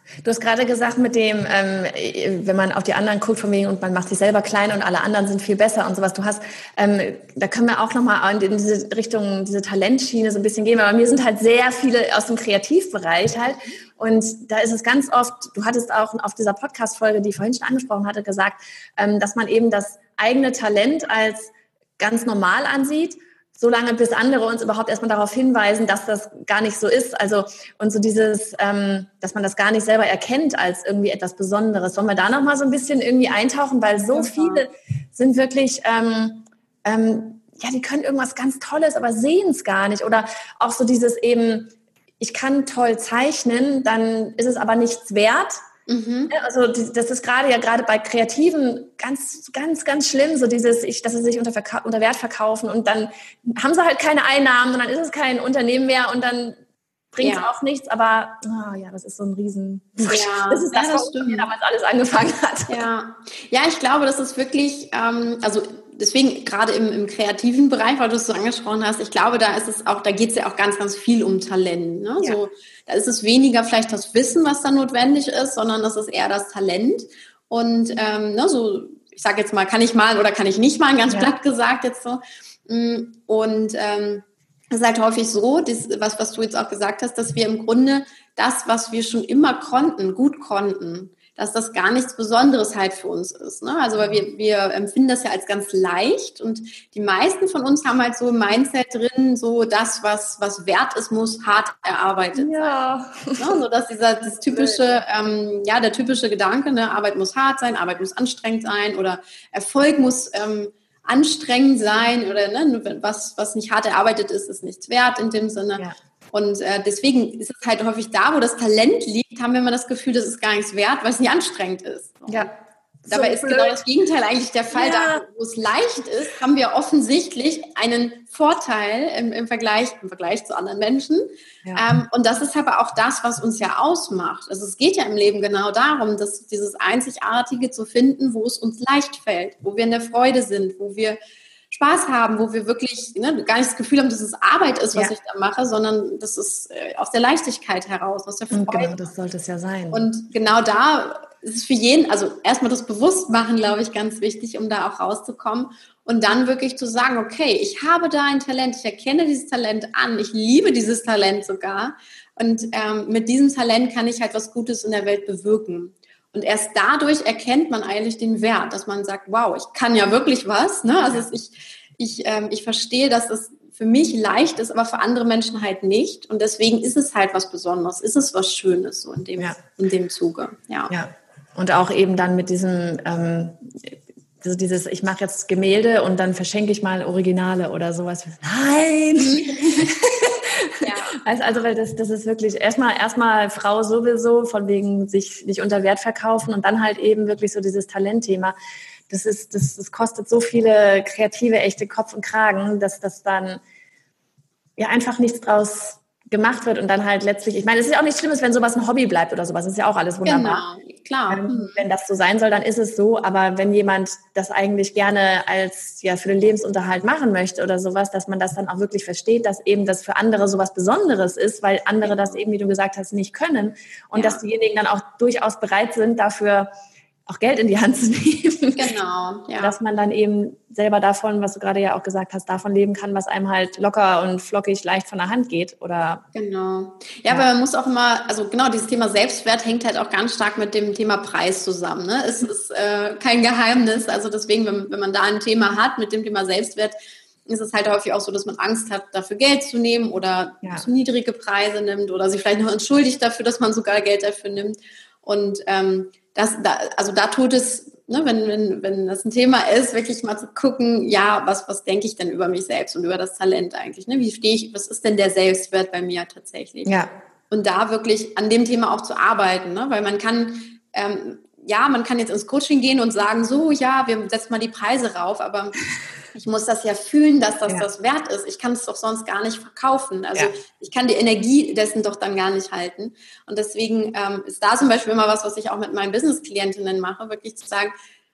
Du hast gerade gesagt mit dem, ähm, wenn man auf die anderen guckt von wegen und man macht sich selber klein und alle anderen sind viel besser und sowas. Du hast, ähm, da können wir auch nochmal in diese Richtung, diese Talentschiene so ein bisschen gehen, weil bei mir sind halt sehr viele aus dem Kreativbereich halt und da ist es ganz oft, du hattest auch auf dieser Podcast-Folge, die ich vorhin schon angesprochen hatte, gesagt, ähm, dass man eben das eigene Talent als ganz normal ansieht, solange bis andere uns überhaupt erstmal darauf hinweisen, dass das gar nicht so ist. Also und so dieses, ähm, dass man das gar nicht selber erkennt als irgendwie etwas Besonderes. Wollen wir da noch mal so ein bisschen irgendwie eintauchen, weil so viele sind wirklich, ähm, ähm, ja, die können irgendwas ganz Tolles, aber sehen es gar nicht. Oder auch so dieses eben, ich kann toll zeichnen, dann ist es aber nichts wert. Mhm. Also das ist gerade ja gerade bei Kreativen ganz, ganz, ganz schlimm, so dieses, ich, dass sie sich unter, Verka- unter Wert verkaufen und dann haben sie halt keine Einnahmen und dann ist es kein Unternehmen mehr und dann bringt es ja auch nichts, aber oh, ja, das ist so ein Riesen... Ja, das ist das, ja, das was mir damals alles angefangen hat. Ja, ja, ich glaube, das ist wirklich, ähm, also deswegen gerade im, im kreativen Bereich, weil du es so angesprochen hast, ich glaube, da ist es auch, da geht es ja auch ganz, ganz viel um Talent. Ne? Ja. So, da ist es weniger vielleicht das Wissen, was da notwendig ist, sondern das ist eher das Talent. Und ähm, ne, so, ich sage jetzt mal, kann ich malen oder kann ich nicht malen, ganz ja. platt gesagt jetzt so. Und ähm, es ist halt häufig so, das, was, was du jetzt auch gesagt hast, dass wir im Grunde das, was wir schon immer konnten, gut konnten, dass das gar nichts Besonderes halt für uns ist. Ne? Also weil wir, wir empfinden das ja als ganz leicht und die meisten von uns haben halt so im Mindset drin, so das, was, was wert ist, muss hart erarbeitet ja. sein. Ne? So dass dieser das typische, ähm, ja, der typische Gedanke, ne? Arbeit muss hart sein, Arbeit muss anstrengend sein oder Erfolg muss ähm, anstrengend sein oder ne, was, was nicht hart erarbeitet ist, ist nichts wert in dem Sinne. Ja. Und äh, deswegen ist es halt häufig da, wo das Talent liegt, haben wir immer das Gefühl, das ist gar nichts wert, weil es nicht anstrengend ist. Ja. Dabei so ist blöd. Genau das Gegenteil eigentlich der Fall. Ja. Da, wo es leicht ist, haben wir offensichtlich einen Vorteil im, im, Vergleich, im Vergleich zu anderen Menschen. Ja. Ähm, und das ist aber auch das, was uns ja ausmacht. Also es geht ja im Leben genau darum, dass dieses Einzigartige zu finden, wo es uns leicht fällt, wo wir in der Freude sind, wo wir Spaß haben, wo wir wirklich ne, gar nicht das Gefühl haben, dass es Arbeit ist, was ja. ich da mache, sondern das ist äh, aus der Leichtigkeit heraus, aus der Freude. Und genau, das sollte es ja sein. Und genau da ist es für jeden, also erstmal das Bewusstmachen, glaube ich, ganz wichtig, um da auch rauszukommen und dann wirklich zu sagen, okay, ich habe da ein Talent, ich erkenne dieses Talent an, ich liebe dieses Talent sogar und ähm, mit diesem Talent kann ich halt was Gutes in der Welt bewirken. Und erst dadurch erkennt man eigentlich den Wert, dass man sagt, wow, ich kann ja wirklich was. Ne? Also ich, ich, ähm, ich verstehe, dass das für mich leicht ist, aber für andere Menschen halt nicht. Und deswegen ist es halt was Besonderes, ist es was Schönes so in dem, ja. in dem Zuge. Ja. ja. Und auch eben dann mit diesem, ähm, also dieses, ich mache jetzt Gemälde und dann verschenke ich mal Originale oder sowas. Nein! Ja. Also, weil das, das ist wirklich erstmal, erstmal Frau sowieso, von wegen sich nicht unter Wert verkaufen und dann halt eben wirklich so dieses Talentthema. Das ist, das, das kostet so viele kreative, echte Kopf und Kragen, dass das dann ja einfach nichts draus gemacht wird und dann halt letztlich, ich meine, es ist ja auch nichts Schlimmes, wenn sowas ein Hobby bleibt oder sowas, das ist ja auch alles wunderbar. Genau, klar. Ähm, wenn das so sein soll, dann ist es so, aber wenn jemand das eigentlich gerne als, ja, für den Lebensunterhalt machen möchte oder sowas, dass man das dann auch wirklich versteht, dass eben das für andere sowas Besonderes ist, weil andere das eben, wie du gesagt hast, nicht können und ja. dass diejenigen dann auch durchaus bereit sind, dafür auch Geld in die Hand zu nehmen. Genau, ja. Dass man dann eben selber davon, was du gerade ja auch gesagt hast, davon leben kann, was einem halt locker und flockig leicht von der Hand geht. Oder genau. Ja, ja. aber man muss auch immer, also genau, dieses Thema Selbstwert hängt halt auch ganz stark mit dem Thema Preis zusammen. Ne? Es ist äh, kein Geheimnis. Also deswegen, wenn, wenn man da ein Thema hat mit dem Thema Selbstwert, ist es halt häufig auch so, dass man Angst hat, dafür Geld zu nehmen oder ja. zu niedrige Preise nimmt oder sich vielleicht noch entschuldigt dafür, dass man sogar Geld dafür nimmt. Und ähm, das, da, also da tut es, ne, wenn, wenn, wenn das ein Thema ist, wirklich mal zu gucken, ja, was, was denke ich denn über mich selbst und über das Talent eigentlich? Ne? Wie stehe ich, was ist denn der Selbstwert bei mir tatsächlich? Ja. Und da wirklich an dem Thema auch zu arbeiten, ne? Weil man kann, ähm, ja, man kann jetzt ins Coaching gehen und sagen, so, ja, wir setzen mal die Preise rauf, aber ich muss das ja fühlen, dass das ja. das wert ist. Ich kann es doch sonst gar nicht verkaufen. Also ja. ich kann die Energie dessen doch dann gar nicht halten. Und deswegen ähm, ist da zum Beispiel immer was, was ich auch mit meinen Business-Klientinnen mache, wirklich zu sagen,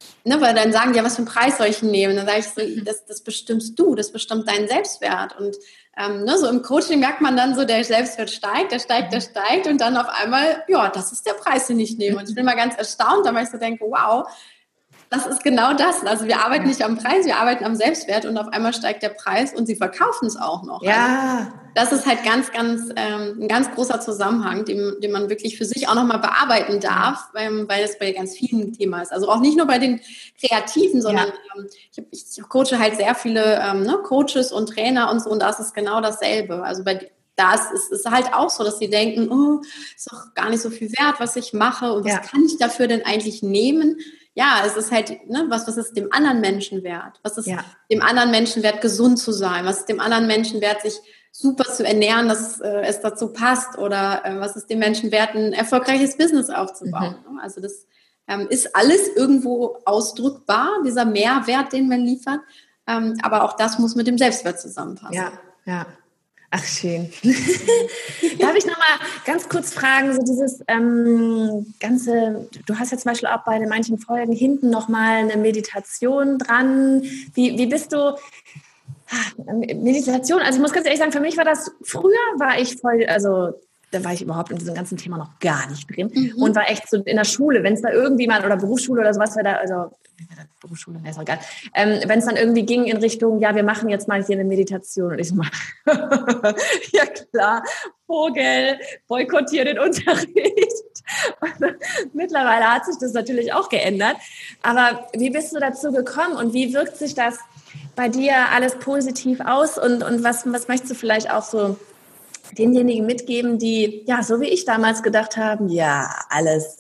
Ne, weil dann sagen die, ja, was für einen Preis soll ich nehmen? Dann sage ich so, das, das bestimmst du, das bestimmt deinen Selbstwert. Und ähm, ne, so im Coaching merkt man dann so, der Selbstwert steigt, der steigt, der steigt und dann auf einmal, ja, das ist der Preis, den ich nehme. Und ich bin mal ganz erstaunt, weil ich so denke, wow, das ist genau das. Also wir arbeiten nicht am Preis, wir arbeiten am Selbstwert und auf einmal steigt der Preis und sie verkaufen es auch noch. Ja. Also das ist halt ganz, ganz ähm, ein ganz großer Zusammenhang, den, den man wirklich für sich auch nochmal bearbeiten darf, ähm, weil das bei ganz vielen Themen ist. Also auch nicht nur bei den Kreativen, sondern ja. ähm, ich, hab, ich coache halt sehr viele ähm, ne, Coaches und Trainer und so und da ist es genau dasselbe. Also bei da ist es ist halt auch so, dass sie denken, oh, ist doch gar nicht so viel wert, was ich mache und was ja. kann ich dafür denn eigentlich nehmen? Ja, es ist halt, ne, was, was ist dem anderen Menschen wert? Was ist ja. dem anderen Menschen wert, gesund zu sein? Was ist dem anderen Menschen wert, sich super zu ernähren, dass äh, es dazu passt? Oder äh, was ist dem Menschen wert, ein erfolgreiches Business aufzubauen? Mhm. Also das ähm, ist alles irgendwo ausdrückbar, dieser Mehrwert, den man liefert. Ähm, aber auch das muss mit dem Selbstwert zusammenpassen. Ja, ja. Ach, schön. Darf ich nochmal ganz kurz fragen, so dieses ähm, ganze, du hast ja zum Beispiel auch bei den manchen Folgen hinten nochmal eine Meditation dran. Wie, wie bist du, Meditation, also ich muss ganz ehrlich sagen, für mich war das, früher war ich voll, also da war ich überhaupt in diesem ganzen Thema noch gar nicht drin mhm. und war echt so in der Schule, wenn es da irgendwie mal, oder Berufsschule oder sowas, wäre da, also Berufsschule, ist auch egal. Ähm, wenn es dann irgendwie ging in Richtung, ja, wir machen jetzt mal hier eine Meditation und ich so, ja klar, Vogel, boykottiere den Unterricht. Und mittlerweile hat sich das natürlich auch geändert. Aber wie bist du dazu gekommen und wie wirkt sich das bei dir alles positiv aus und, und was, was möchtest du vielleicht auch so denjenigen mitgeben, die, ja, so wie ich damals gedacht haben, ja, alles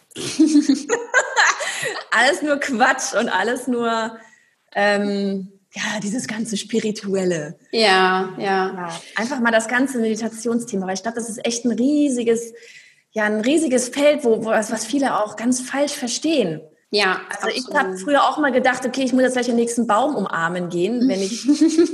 alles nur Quatsch und alles nur, ähm, ja, dieses ganze Spirituelle. Ja, ja, ja. Einfach mal das ganze Meditationsthema, weil ich glaube, das ist echt ein riesiges, ja, ein riesiges Feld, wo, wo was, was viele auch ganz falsch verstehen. Ja, also absolut. Ich habe früher auch mal gedacht, okay, ich muss jetzt gleich den nächsten Baum umarmen gehen, wenn ich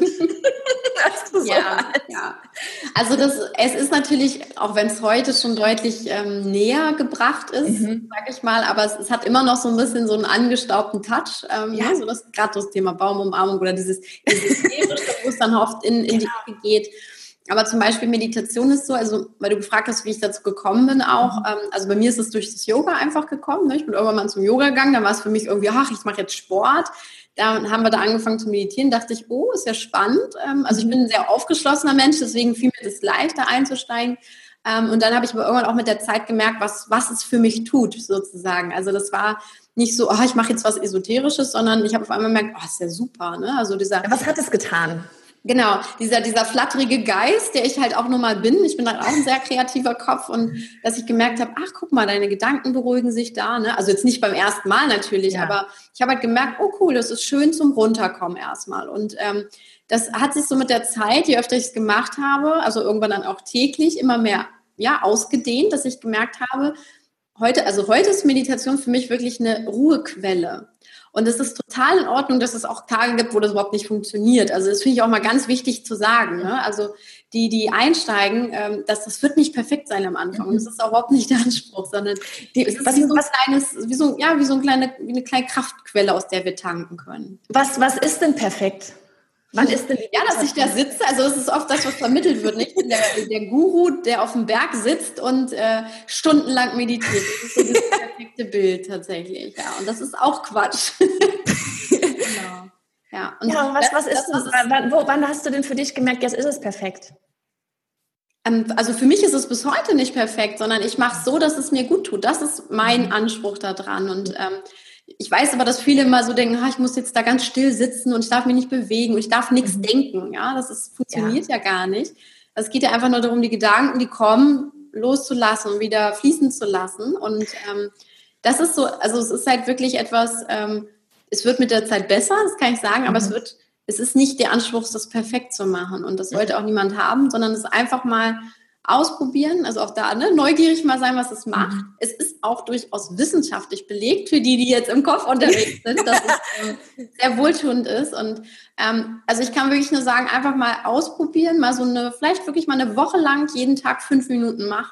so ja, ja. Also das, es ist natürlich, auch wenn es heute schon deutlich ähm, näher gebracht ist, mhm. sage ich mal, aber es, es hat immer noch so ein bisschen so einen angestaubten Touch. Ähm, ja. So das gerade das Thema Baumumarmung oder dieses, dieses Ätherische, wo es dann oft in, in genau. die Ecke geht. Aber zum Beispiel Meditation ist so, also weil du gefragt hast, wie ich dazu gekommen bin auch. Mhm. Ähm, also bei mir ist es durch das Yoga einfach gekommen. Ne? Ich bin irgendwann mal zum Yoga gegangen, dann war es für mich irgendwie, ach, ich mache jetzt Sport. Dann haben wir da angefangen zu meditieren, dachte ich, oh, ist ja spannend. Also ich bin ein sehr aufgeschlossener Mensch, deswegen fiel mir das leichter einzusteigen. Und dann habe ich aber irgendwann auch mit der Zeit gemerkt, was, was es für mich tut, sozusagen. Also das war nicht so, oh, ich mache jetzt was Esoterisches, sondern ich habe auf einmal gemerkt, oh, ist ja super. Ne? Also dieser, was hat es getan? Genau, dieser, dieser flatterige Geist, der ich halt auch nun mal bin. Ich bin halt auch ein sehr kreativer Kopf und dass ich gemerkt habe, ach, guck mal, deine Gedanken beruhigen sich da, ne? Also jetzt nicht beim ersten Mal natürlich, ja. aber ich habe halt gemerkt, oh cool, das ist schön zum Runterkommen erstmal. Und ähm, das hat sich so mit der Zeit, je öfter ich es gemacht habe, also irgendwann dann auch täglich, immer mehr ja ausgedehnt, dass ich gemerkt habe, heute, also heute ist Meditation für mich wirklich eine Ruhequelle. Und es ist total in Ordnung, dass es auch Tage gibt, wo das überhaupt nicht funktioniert. Also das finde ich auch mal ganz wichtig zu sagen. Ne? Also die, die einsteigen, ähm, dass das wird nicht perfekt sein am Anfang. Und das ist auch überhaupt nicht der Anspruch, sondern die, es ist was, wie so ein kleines, wie so, ja, wie so ein kleine, wie eine kleine Kraftquelle, aus der wir tanken können. Was, was ist denn perfekt? Wann ist denn ja, dass ich da sitze, also das ist oft das, was vermittelt wird, nicht? Der, der Guru, der auf dem Berg sitzt und äh, stundenlang meditiert. Das ist so das perfekte Bild tatsächlich, ja. Und das ist auch Quatsch. Genau. Ja, und, ja, und was, was ist das? Wann, wo, wann hast du denn für dich gemerkt, jetzt ist es perfekt? Ähm, also für mich ist es bis heute nicht perfekt, sondern ich mache es so, dass es mir gut tut. Das ist mein Anspruch da dran. Und ähm, ich weiß aber, dass viele immer so denken, ah, ich muss jetzt da ganz still sitzen und ich darf mich nicht bewegen und ich darf nichts mhm. denken. Ja, das ist, funktioniert ja. ja gar nicht. Es geht ja einfach nur darum, die Gedanken, die kommen, loszulassen und wieder fließen zu lassen. Und ähm, das ist so, also es ist halt wirklich etwas, ähm, es wird mit der Zeit besser, das kann ich sagen, mhm. aber es wird, es ist nicht der Anspruch, das perfekt zu machen. Und das sollte auch niemand haben, sondern es einfach mal ausprobieren, also auch da ne, neugierig mal sein, was es macht. Mhm. Es ist auch durchaus wissenschaftlich belegt für die, die jetzt im Kopf unterwegs sind, dass es ähm, sehr wohltuend ist. Und ähm, also ich kann wirklich nur sagen, einfach mal ausprobieren, mal so eine, vielleicht wirklich mal eine Woche lang jeden Tag fünf Minuten machen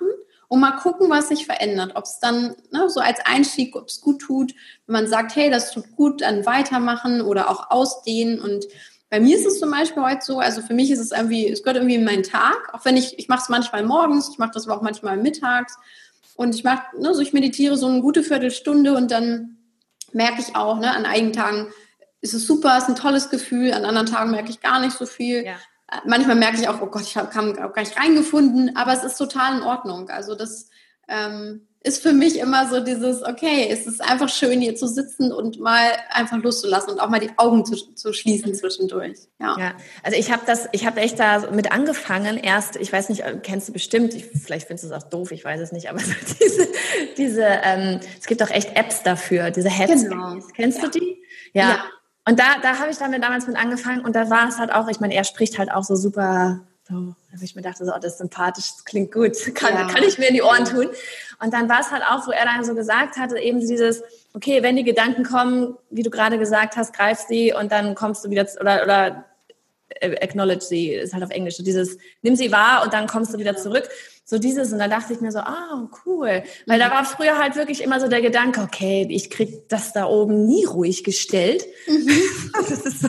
und mal gucken, was sich verändert. Ob es dann ne, so als Einstieg, ob es gut tut, wenn man sagt, hey, das tut gut, dann weitermachen oder auch ausdehnen. Und bei mir ist es zum Beispiel heute so, also für mich ist es irgendwie, es gehört irgendwie in meinen Tag, auch wenn ich, ich mache es manchmal morgens, ich mache das aber auch manchmal mittags und ich mache, ne, so ich meditiere so eine gute Viertelstunde und dann merke ich auch, ne, an einigen Tagen ist es super, ist ein tolles Gefühl, an anderen Tagen merke ich gar nicht so viel. Ja. Manchmal merke ich auch, oh Gott, ich habe gar nicht reingefunden, aber es ist total in Ordnung. Also das ähm, ist für mich immer so dieses, okay, es ist einfach schön, hier zu sitzen und mal einfach loszulassen und auch mal die Augen zu, zu schließen zwischendurch. Ja, ja, also ich habe das, ich habe echt da mit angefangen. Erst, ich weiß nicht, kennst du bestimmt, ich, vielleicht findest du es auch doof, ich weiß es nicht, aber so diese, diese ähm, es gibt auch echt Apps dafür, diese Headspace. Genau. Kennst ja. du die? Ja. ja. Und da, da habe ich damit damals mit angefangen und da war es halt auch, ich meine, er spricht halt auch so super, so, da ich mir dachte, so, oh, das ist sympathisch, das klingt gut, kann, ja. kann ich mir in die Ohren tun. Und dann war es halt auch, wo er dann so gesagt hatte, eben dieses, okay, wenn die Gedanken kommen, wie du gerade gesagt hast, greif sie und dann kommst du wieder, oder, oder acknowledge sie, ist halt auf Englisch, so dieses, nimm sie wahr und dann kommst du wieder zurück. So dieses, und dann dachte ich mir so, ah, cool. Weil mhm. da war früher halt wirklich immer so der Gedanke, okay, ich krieg das da oben nie ruhig gestellt. Mhm. Das ist so,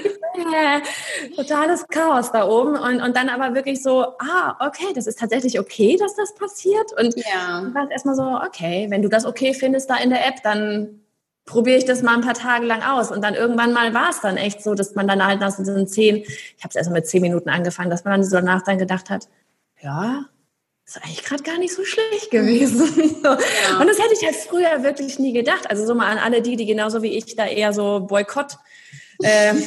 äh, totales Chaos da oben. Und, und dann aber wirklich so, ah, okay, das ist tatsächlich okay, dass das passiert. Und ja. dann war es erstmal so, okay, wenn du das okay findest da in der App, dann probiere ich das mal ein paar Tage lang aus. Und dann irgendwann mal war es dann echt so, dass man dann halt nach so diesen zehn, ich habe es erst mal mit zehn Minuten angefangen, dass man dann so danach dann gedacht hat, ja, ist eigentlich gerade gar nicht so schlecht gewesen. Ja. Und das hätte ich halt früher wirklich nie gedacht. Also so mal an alle die, die genauso wie ich da eher so Boykott, ähm,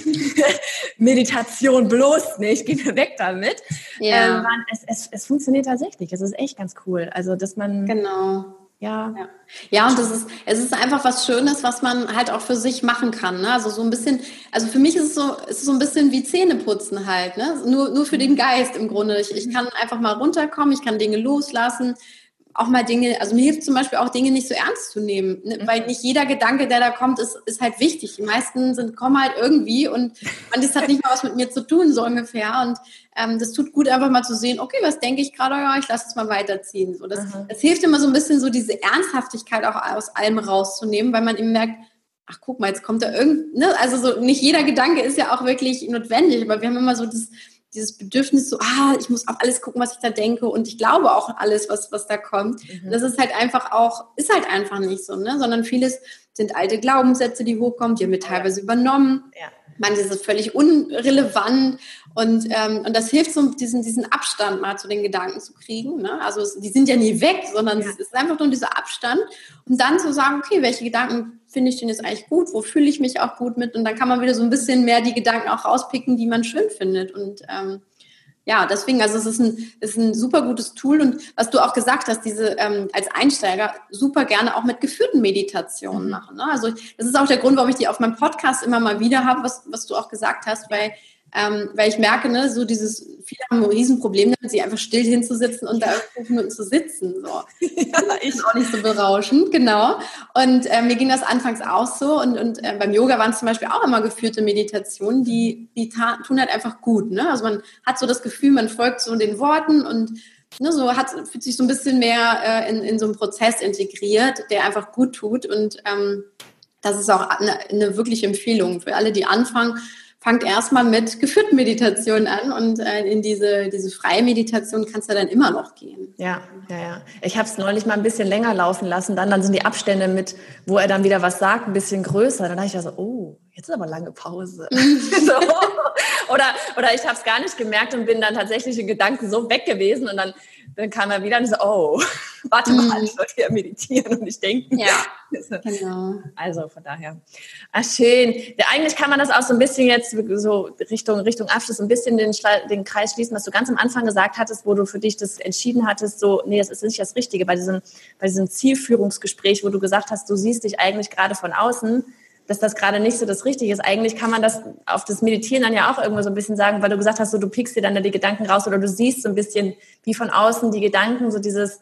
Meditation bloß nicht, geh mir weg damit. Ja. Ähm, man, es, es, es funktioniert tatsächlich. Es ist echt ganz cool. Also dass man... Genau. Ja. ja, ja, und das ist, es ist einfach was Schönes, was man halt auch für sich machen kann. Ne? Also so ein bisschen, also für mich ist es so, es ist so ein bisschen wie Zähneputzen halt, ne? Nur, nur für den Geist im Grunde. Ich, ich kann einfach mal runterkommen, ich kann Dinge loslassen, auch mal Dinge, also mir hilft zum Beispiel auch Dinge nicht so ernst zu nehmen, ne? Weil nicht jeder Gedanke, der da kommt, ist, ist halt wichtig. Die meisten sind, kommen halt irgendwie und, und das hat nicht mal was mit mir zu tun, so ungefähr. Und ähm, das tut gut, einfach mal zu sehen, okay, was denke ich gerade, ja, ich lasse es mal weiterziehen. So, das, das hilft immer so ein bisschen, so diese Ernsthaftigkeit auch aus allem rauszunehmen, weil man eben merkt, ach guck mal, jetzt kommt da irgend, ne? Also so nicht jeder Gedanke ist ja auch wirklich notwendig, aber wir haben immer so das dieses Bedürfnis so, ah, ich muss auf alles gucken, was ich da denke und ich glaube auch alles, was, was da kommt. Mhm. Das ist halt einfach auch, ist halt einfach nicht so, ne? Sondern vieles sind alte Glaubenssätze, die hochkommen, die haben wir teilweise ja. übernommen. Ja. Manches ist völlig unrelevant und, ähm, und das hilft so, diesen, diesen Abstand mal zu den Gedanken zu kriegen, ne? Also es, die sind ja nie weg, sondern ja. es ist einfach nur dieser Abstand und dann zu sagen, okay, welche Gedanken finde ich denn jetzt eigentlich gut, wo fühle ich mich auch gut mit und dann kann man wieder so ein bisschen mehr die Gedanken auch rauspicken, die man schön findet und ähm, ja, deswegen, also es ist ein, ist ein super gutes Tool und was du auch gesagt hast, diese ähm, als Einsteiger super gerne auch mit geführten Meditationen machen. Ne? Also das ist auch der Grund, warum ich die auf meinem Podcast immer mal wieder habe, was, was du auch gesagt hast, weil Ähm, weil ich merke, ne, so dieses, viele haben ein Riesenproblem damit, sich einfach still hinzusitzen und da fünf Minuten zu sitzen. So. Ja, ich auch nicht so berauschend, genau. Und äh, mir ging das anfangs auch so. Und, und äh, beim Yoga waren es zum Beispiel auch immer geführte Meditationen, die, die ta- tun halt einfach gut. Ne? Also man hat so das Gefühl, man folgt so den Worten und ne, so hat, fühlt sich so ein bisschen mehr äh, in, in so einen Prozess integriert, der einfach gut tut. Und ähm, das ist auch eine, eine wirkliche Empfehlung für alle, die anfangen. Fangt erstmal mit geführten Meditationen an und äh, in diese, diese freie Meditation kannst du dann immer noch gehen. Ja, ja, ja. Ich habe es neulich mal ein bisschen länger laufen lassen, dann, dann sind die Abstände mit, wo er dann wieder was sagt, ein bisschen größer. Dann habe ich da so, oh, jetzt ist aber lange Pause. so. Oder, oder ich habe es gar nicht gemerkt und bin dann tatsächlich in Gedanken so weg gewesen und dann, dann kam er wieder und so, oh, warte mal, mm. ich sollte ja meditieren und nicht denken. Ja, genau. Also von daher. Ach, schön. Eigentlich kann man das auch so ein bisschen jetzt so Richtung, Richtung Abschluss ein bisschen den, den Kreis schließen, was du ganz am Anfang gesagt hattest, wo du für dich das entschieden hattest, so, nee, das ist nicht das Richtige, bei diesem, bei diesem Zielführungsgespräch, wo du gesagt hast, du siehst dich eigentlich gerade von außen, dass das gerade nicht so das Richtige ist. Eigentlich kann man das auf das Meditieren dann ja auch irgendwo so ein bisschen sagen, weil du gesagt hast, so, du pickst dir dann da die Gedanken raus oder du siehst so ein bisschen wie von außen die Gedanken, so dieses,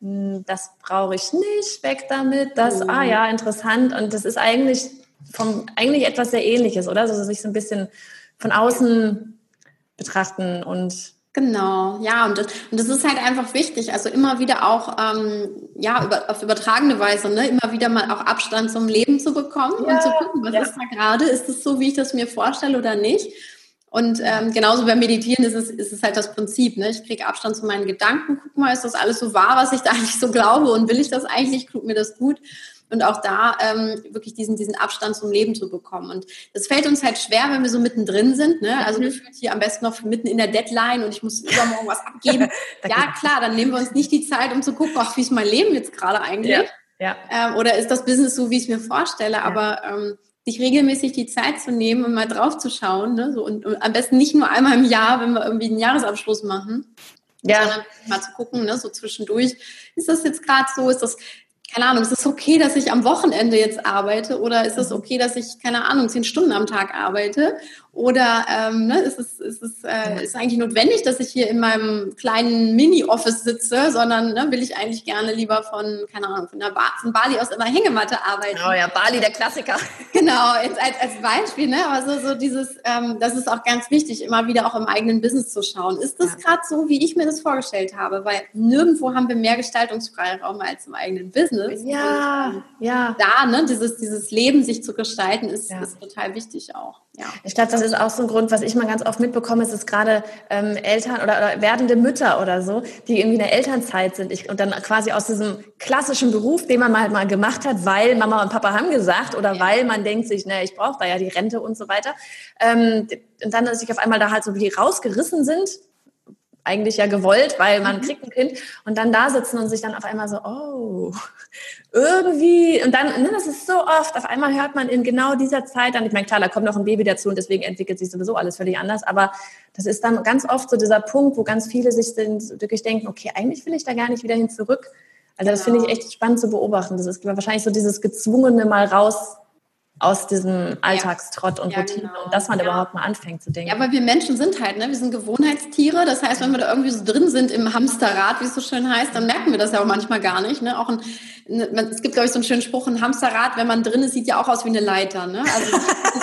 das brauche ich nicht, weg damit, das, mhm. ah ja, interessant. Und das ist eigentlich vom, eigentlich etwas sehr Ähnliches, oder? Also sich so ein bisschen von außen betrachten und Genau, ja, und das, und das ist halt einfach wichtig, also immer wieder auch, ähm, ja, über, auf übertragene Weise, ne, immer wieder mal auch Abstand zum Leben zu bekommen Ja, und zu gucken, was ja. ist da gerade, ist es so, wie ich das mir vorstelle oder nicht? Und ähm, genauso beim Meditieren ist es, ist es halt das Prinzip, ne, ich kriege Abstand zu meinen Gedanken, guck mal, ist das alles so wahr, was ich da eigentlich so glaube und will ich das eigentlich, tut mir das gut? Und auch da ähm, wirklich diesen, diesen Abstand zum Leben zu bekommen. Und das fällt uns halt schwer, wenn wir so mittendrin sind. Ne? Also mhm. gefühlt hier am besten noch mitten in der Deadline und ich muss übermorgen was abgeben. Ja, klar, dann nehmen wir uns nicht die Zeit, um zu gucken, ach, wie ist mein Leben jetzt gerade eigentlich? Ja. Ja. Ähm, oder ist das Business so, wie ich es mir vorstelle? Ja. Aber ähm, sich regelmäßig die Zeit zu nehmen und mal drauf zu schauen. Ne? So, und, und am besten nicht nur einmal im Jahr, wenn wir irgendwie einen Jahresabschluss machen. Ja. Sondern mal zu gucken, ne? So zwischendurch. Ist das jetzt gerade so? Ist das... Keine Ahnung, ist es okay, dass ich am Wochenende jetzt arbeite oder ist es okay, dass ich, keine Ahnung, zehn Stunden am Tag arbeite? Oder ähm, ne, ist es ist es äh, ist eigentlich notwendig, dass ich hier in meinem kleinen Mini-Office sitze, sondern ne, will ich eigentlich gerne lieber von, keine Ahnung, von, der ba- von Bali aus in der Hängematte arbeiten. Oh ja, Bali, der Klassiker. Genau, jetzt als, als Beispiel, ne? Aber so, so dieses, ähm, das ist auch ganz wichtig, immer wieder auch im eigenen Business zu schauen. Ist das ja. gerade so, wie ich mir das vorgestellt habe? Weil nirgendwo haben wir mehr Gestaltungsfreiraum als im eigenen Business. Ja, und, ähm, ja. Da, ne, dieses, dieses Leben sich zu gestalten, ist, ja. ist total wichtig auch. Ja. Ich glaube, das ist auch so ein Grund, was ich mal ganz oft mitbekomme, ist es gerade ähm, Eltern oder, oder werdende Mütter oder so, die irgendwie in der Elternzeit sind ich, und dann quasi aus diesem klassischen Beruf, den man mal, mal gemacht hat, weil Mama und Papa haben gesagt oder ja. weil man denkt sich, ne, ich brauche da ja die Rente und so weiter. Ähm, und dann, dass sich auf einmal da halt so wie rausgerissen sind, eigentlich ja gewollt, weil man mhm. kriegt ein Kind und dann da sitzen und sich dann auf einmal so, oh, irgendwie, und dann, ne, das ist so oft, auf einmal hört man in genau dieser Zeit dann, ich meine, klar, da kommt noch ein Baby dazu und deswegen entwickelt sich sowieso alles völlig anders, aber das ist dann ganz oft so dieser Punkt, wo ganz viele sich sind, wirklich denken, okay, eigentlich will ich da gar nicht wieder hin zurück. Also das genau. finde ich echt spannend zu beobachten. Das ist wahrscheinlich so dieses gezwungene mal raus aus diesem Alltagstrott und ja, Routine genau. und dass man ja. überhaupt mal anfängt zu denken. Ja, aber wir Menschen sind halt, ne, wir sind Gewohnheitstiere. Das heißt, wenn wir da irgendwie so drin sind im Hamsterrad, wie es so schön heißt, dann merken wir das ja auch manchmal gar nicht. Ne? Auch ein, ne, es gibt, glaube ich, so einen schönen Spruch, ein Hamsterrad, wenn man drin ist, sieht ja auch aus wie eine Leiter. Ne? Also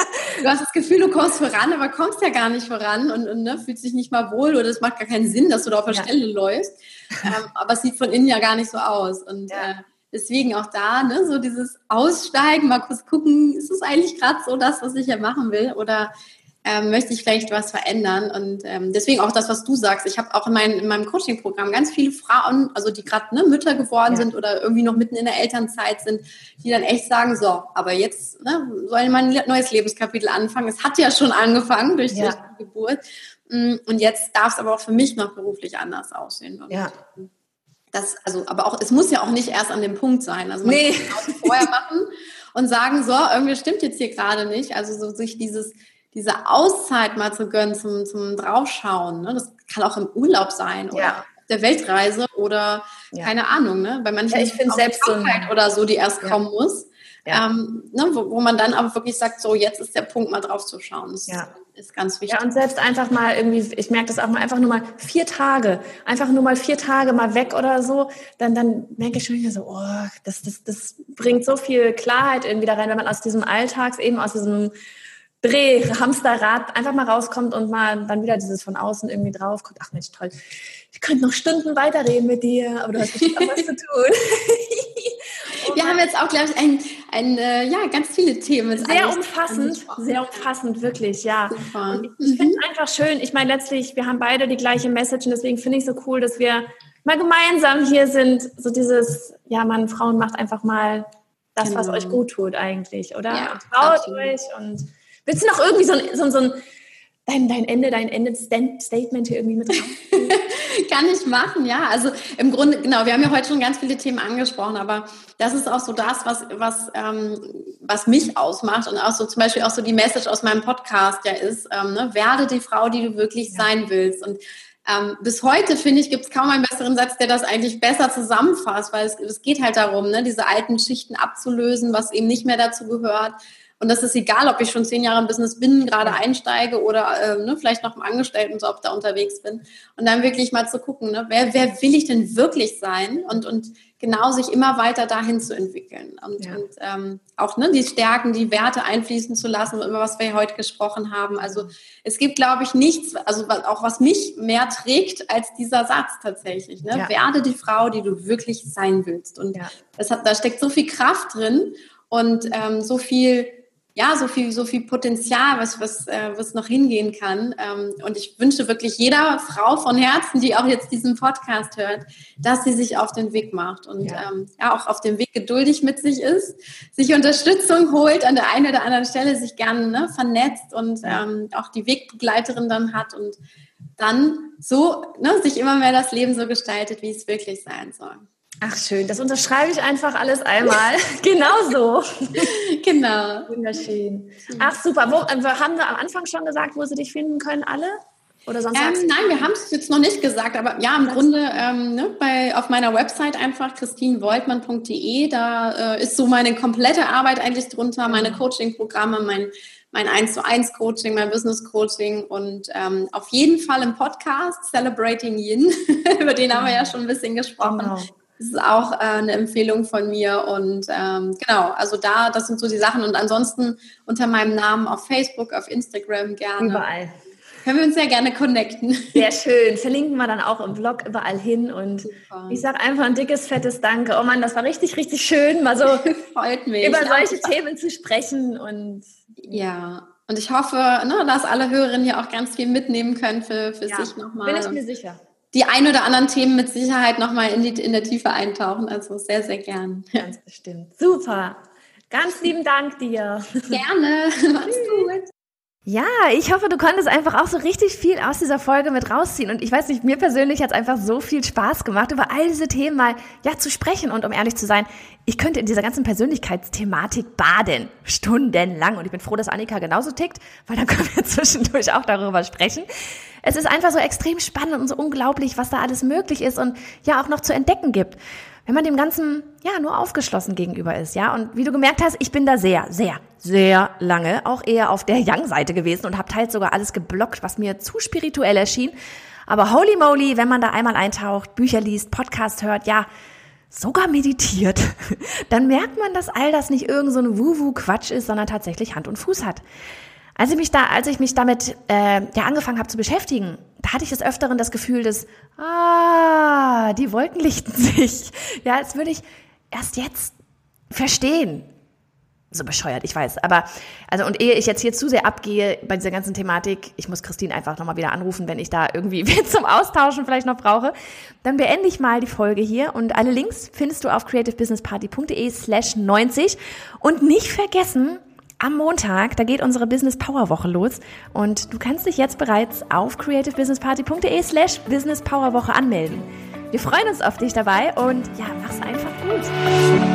du hast das Gefühl, du kommst voran, aber kommst ja gar nicht voran und, und ne, fühlst dich nicht mal wohl oder es macht gar keinen Sinn, dass du da auf der ja. Stelle läufst. Ähm, aber es sieht von innen ja gar nicht so aus. Und ja. äh, deswegen auch da, ne, so dieses Aussteigen, mal kurz gucken, ist es eigentlich gerade so das, was ich ja machen will oder ähm, möchte ich vielleicht was verändern? Und ähm, deswegen auch das, was du sagst. Ich habe auch in, mein, in meinem Coaching-Programm ganz viele Frauen, also die gerade ne, Mütter geworden ja. sind oder irgendwie noch mitten in der Elternzeit sind, die dann echt sagen, so, aber jetzt ne, soll mein neues Lebenskapitel anfangen. Es hat ja schon angefangen durch, ja. durch die Geburt. Und jetzt darf es aber auch für mich noch beruflich anders aussehen. Und ja. Das, also, aber auch, es muss ja auch nicht erst an dem Punkt sein. Also man nee. kann es vorher machen und sagen, so, irgendwie stimmt jetzt hier gerade nicht. Also so sich dieses, diese Auszeit mal zu gönnen zum, zum Draufschauen. Ne? Das kann auch im Urlaub sein oder ja. auf der Weltreise oder ja. keine Ahnung, ne? Bei manchen ja, ich finde selbst so ein, oder so, die erst ja. kommen muss. Ja. Ähm, ne? wo, wo man dann aber wirklich sagt, so, jetzt ist der Punkt, mal drauf zu schauen. Das ja. ist ganz wichtig. Ja, und selbst einfach mal irgendwie, ich merke das auch mal, einfach nur mal vier Tage, einfach nur mal vier Tage mal weg oder so, dann, dann merke ich schon wieder so, oh, das, das, das bringt so viel Klarheit irgendwie da rein, wenn man aus diesem Alltags, eben aus diesem Dreh, Hamsterrad einfach mal rauskommt und mal dann wieder dieses von außen irgendwie drauf guckt, ach Mensch, toll, ich könnte noch Stunden weiterreden mit dir, aber du hast bestimmt auch was zu tun. Oh wir haben jetzt auch, glaube ich, ein, ein, äh, ja, ganz viele Themen. Sehr umfassend, sehr umfassend, wirklich, ja. Und ich, ich finde es einfach schön, ich meine letztlich, wir haben beide die gleiche Message und deswegen finde ich es so cool, dass wir mal gemeinsam hier sind, so dieses, ja Mann, Frauen, macht einfach mal das, genau. was euch gut tut eigentlich, oder? Ja, und traut absolut. euch und willst du noch irgendwie so ein, so, so ein Dein, dein Ende, dein Ende-Statement hier irgendwie mit rein? Kann ich machen, ja. Also im Grunde, genau, wir haben ja heute schon ganz viele Themen angesprochen, aber das ist auch so das, was, was, ähm, was mich ausmacht und auch so zum Beispiel auch so die Message aus meinem Podcast ja ist, ähm, ne, werde die Frau, die du wirklich ja. sein willst. Und ähm, bis heute, finde ich, gibt es kaum einen besseren Satz, der das eigentlich besser zusammenfasst, weil es, es geht halt darum, ne, diese alten Schichten abzulösen, was eben nicht mehr dazu gehört. Und das ist egal, ob ich schon zehn Jahre im Business bin, gerade einsteige oder äh, ne, vielleicht noch im Angestelltenjob da unterwegs bin. Und dann wirklich mal zu gucken, ne, wer, wer will ich denn wirklich sein? Und, und genau sich immer weiter dahin zu entwickeln und, ja. und ähm, auch ne, die Stärken, die Werte einfließen zu lassen, über was wir heute gesprochen haben. Also es gibt, glaube ich, nichts, also auch was mich mehr trägt als dieser Satz tatsächlich. Ne? Ja. Werde die Frau, die du wirklich sein willst. Und ja. das hat, da steckt so viel Kraft drin und ähm, so viel Ja, so viel, so viel Potenzial, was, was, äh, was noch hingehen kann. Ähm, und ich wünsche wirklich jeder Frau von Herzen, die auch jetzt diesen Podcast hört, dass sie sich auf den Weg macht und ja. Ähm, ja, auch auf dem Weg geduldig mit sich ist, sich Unterstützung holt an der einen oder anderen Stelle, sich gerne ne, vernetzt und ja. ähm, auch die Wegbegleiterin dann hat und dann so ne, sich immer mehr das Leben so gestaltet, wie es wirklich sein soll. Ach schön, das unterschreibe ich einfach alles einmal. Genau so. Genau. Wunderschön. Ach super, wo, haben wir am Anfang schon gesagt, wo sie dich finden können, alle? Oder sonst ähm, nein, wir haben es jetzt noch nicht gesagt, aber ja, im Grunde ähm, ne, bei, auf meiner Website einfach christine woltmann punkt de, da äh, ist so meine komplette Arbeit eigentlich drunter, meine Coaching-Programme, mein mein eins zu eins Coaching, mein Business-Coaching und ähm, auf jeden Fall im Podcast Celebrating Yin, über den haben wir ja schon ein bisschen gesprochen. Genau. Das ist auch äh, eine Empfehlung von mir und ähm, genau, also da, das sind so die Sachen und ansonsten unter meinem Namen auf Facebook, auf Instagram gerne. Überall. Können wir uns ja gerne connecten. Sehr schön. Verlinken wir dann auch im Blog überall hin und Super. Ich sage einfach ein dickes, fettes Danke. Oh Mann, das war richtig, richtig schön, mal so Freut mich. über solche ja. Themen zu sprechen und ja. Und ich hoffe, ne, dass alle Hörerinnen hier auch ganz viel mitnehmen können für, für ja, sich nochmal. Bin ich mir sicher. Die ein oder anderen Themen mit Sicherheit nochmal in, in der Tiefe eintauchen. Also sehr, sehr gern. Ganz bestimmt. Super. Ganz lieben Dank dir. Gerne. Mach's gut. Ja, ich hoffe, du konntest einfach auch so richtig viel aus dieser Folge mit rausziehen. Und ich weiß nicht, mir persönlich hat es einfach so viel Spaß gemacht, über all diese Themen mal ja zu sprechen. Und um ehrlich zu sein, ich könnte in dieser ganzen Persönlichkeitsthematik baden, stundenlang. Und ich bin froh, dass Annika genauso tickt, weil dann können wir zwischendurch auch darüber sprechen. Es ist einfach so extrem spannend und so unglaublich, was da alles möglich ist und ja auch noch zu entdecken gibt, wenn man dem Ganzen ja nur aufgeschlossen gegenüber ist, ja. Und wie du gemerkt hast, ich bin da sehr, sehr, sehr lange auch eher auf der Young-Seite gewesen und habe teils sogar alles geblockt, was mir zu spirituell erschien. Aber holy moly, wenn man da einmal eintaucht, Bücher liest, Podcast hört, ja, sogar meditiert, dann merkt man, dass all das nicht irgend so ein Wuhu-Quatsch ist, sondern tatsächlich Hand und Fuß hat. Als ich mich da, als ich mich damit äh, ja angefangen habe zu beschäftigen, da hatte ich des Öfteren das Gefühl, dass ah, die Wolken lichten sich. Ja, als würde ich erst jetzt verstehen. So bescheuert, ich weiß. Aber also und ehe ich jetzt hier zu sehr abgehe bei dieser ganzen Thematik, ich muss Christine einfach nochmal wieder anrufen, wenn ich da irgendwie zum Austauschen vielleicht noch brauche, dann beende ich mal die Folge hier und alle Links findest du auf creativebusinessparty.de slash 90 und nicht vergessen, am Montag, da geht unsere Business Power Woche los und du kannst dich jetzt bereits auf creativebusinessparty.de slash Business Power Woche anmelden. Wir freuen uns auf dich dabei und ja, mach's einfach gut.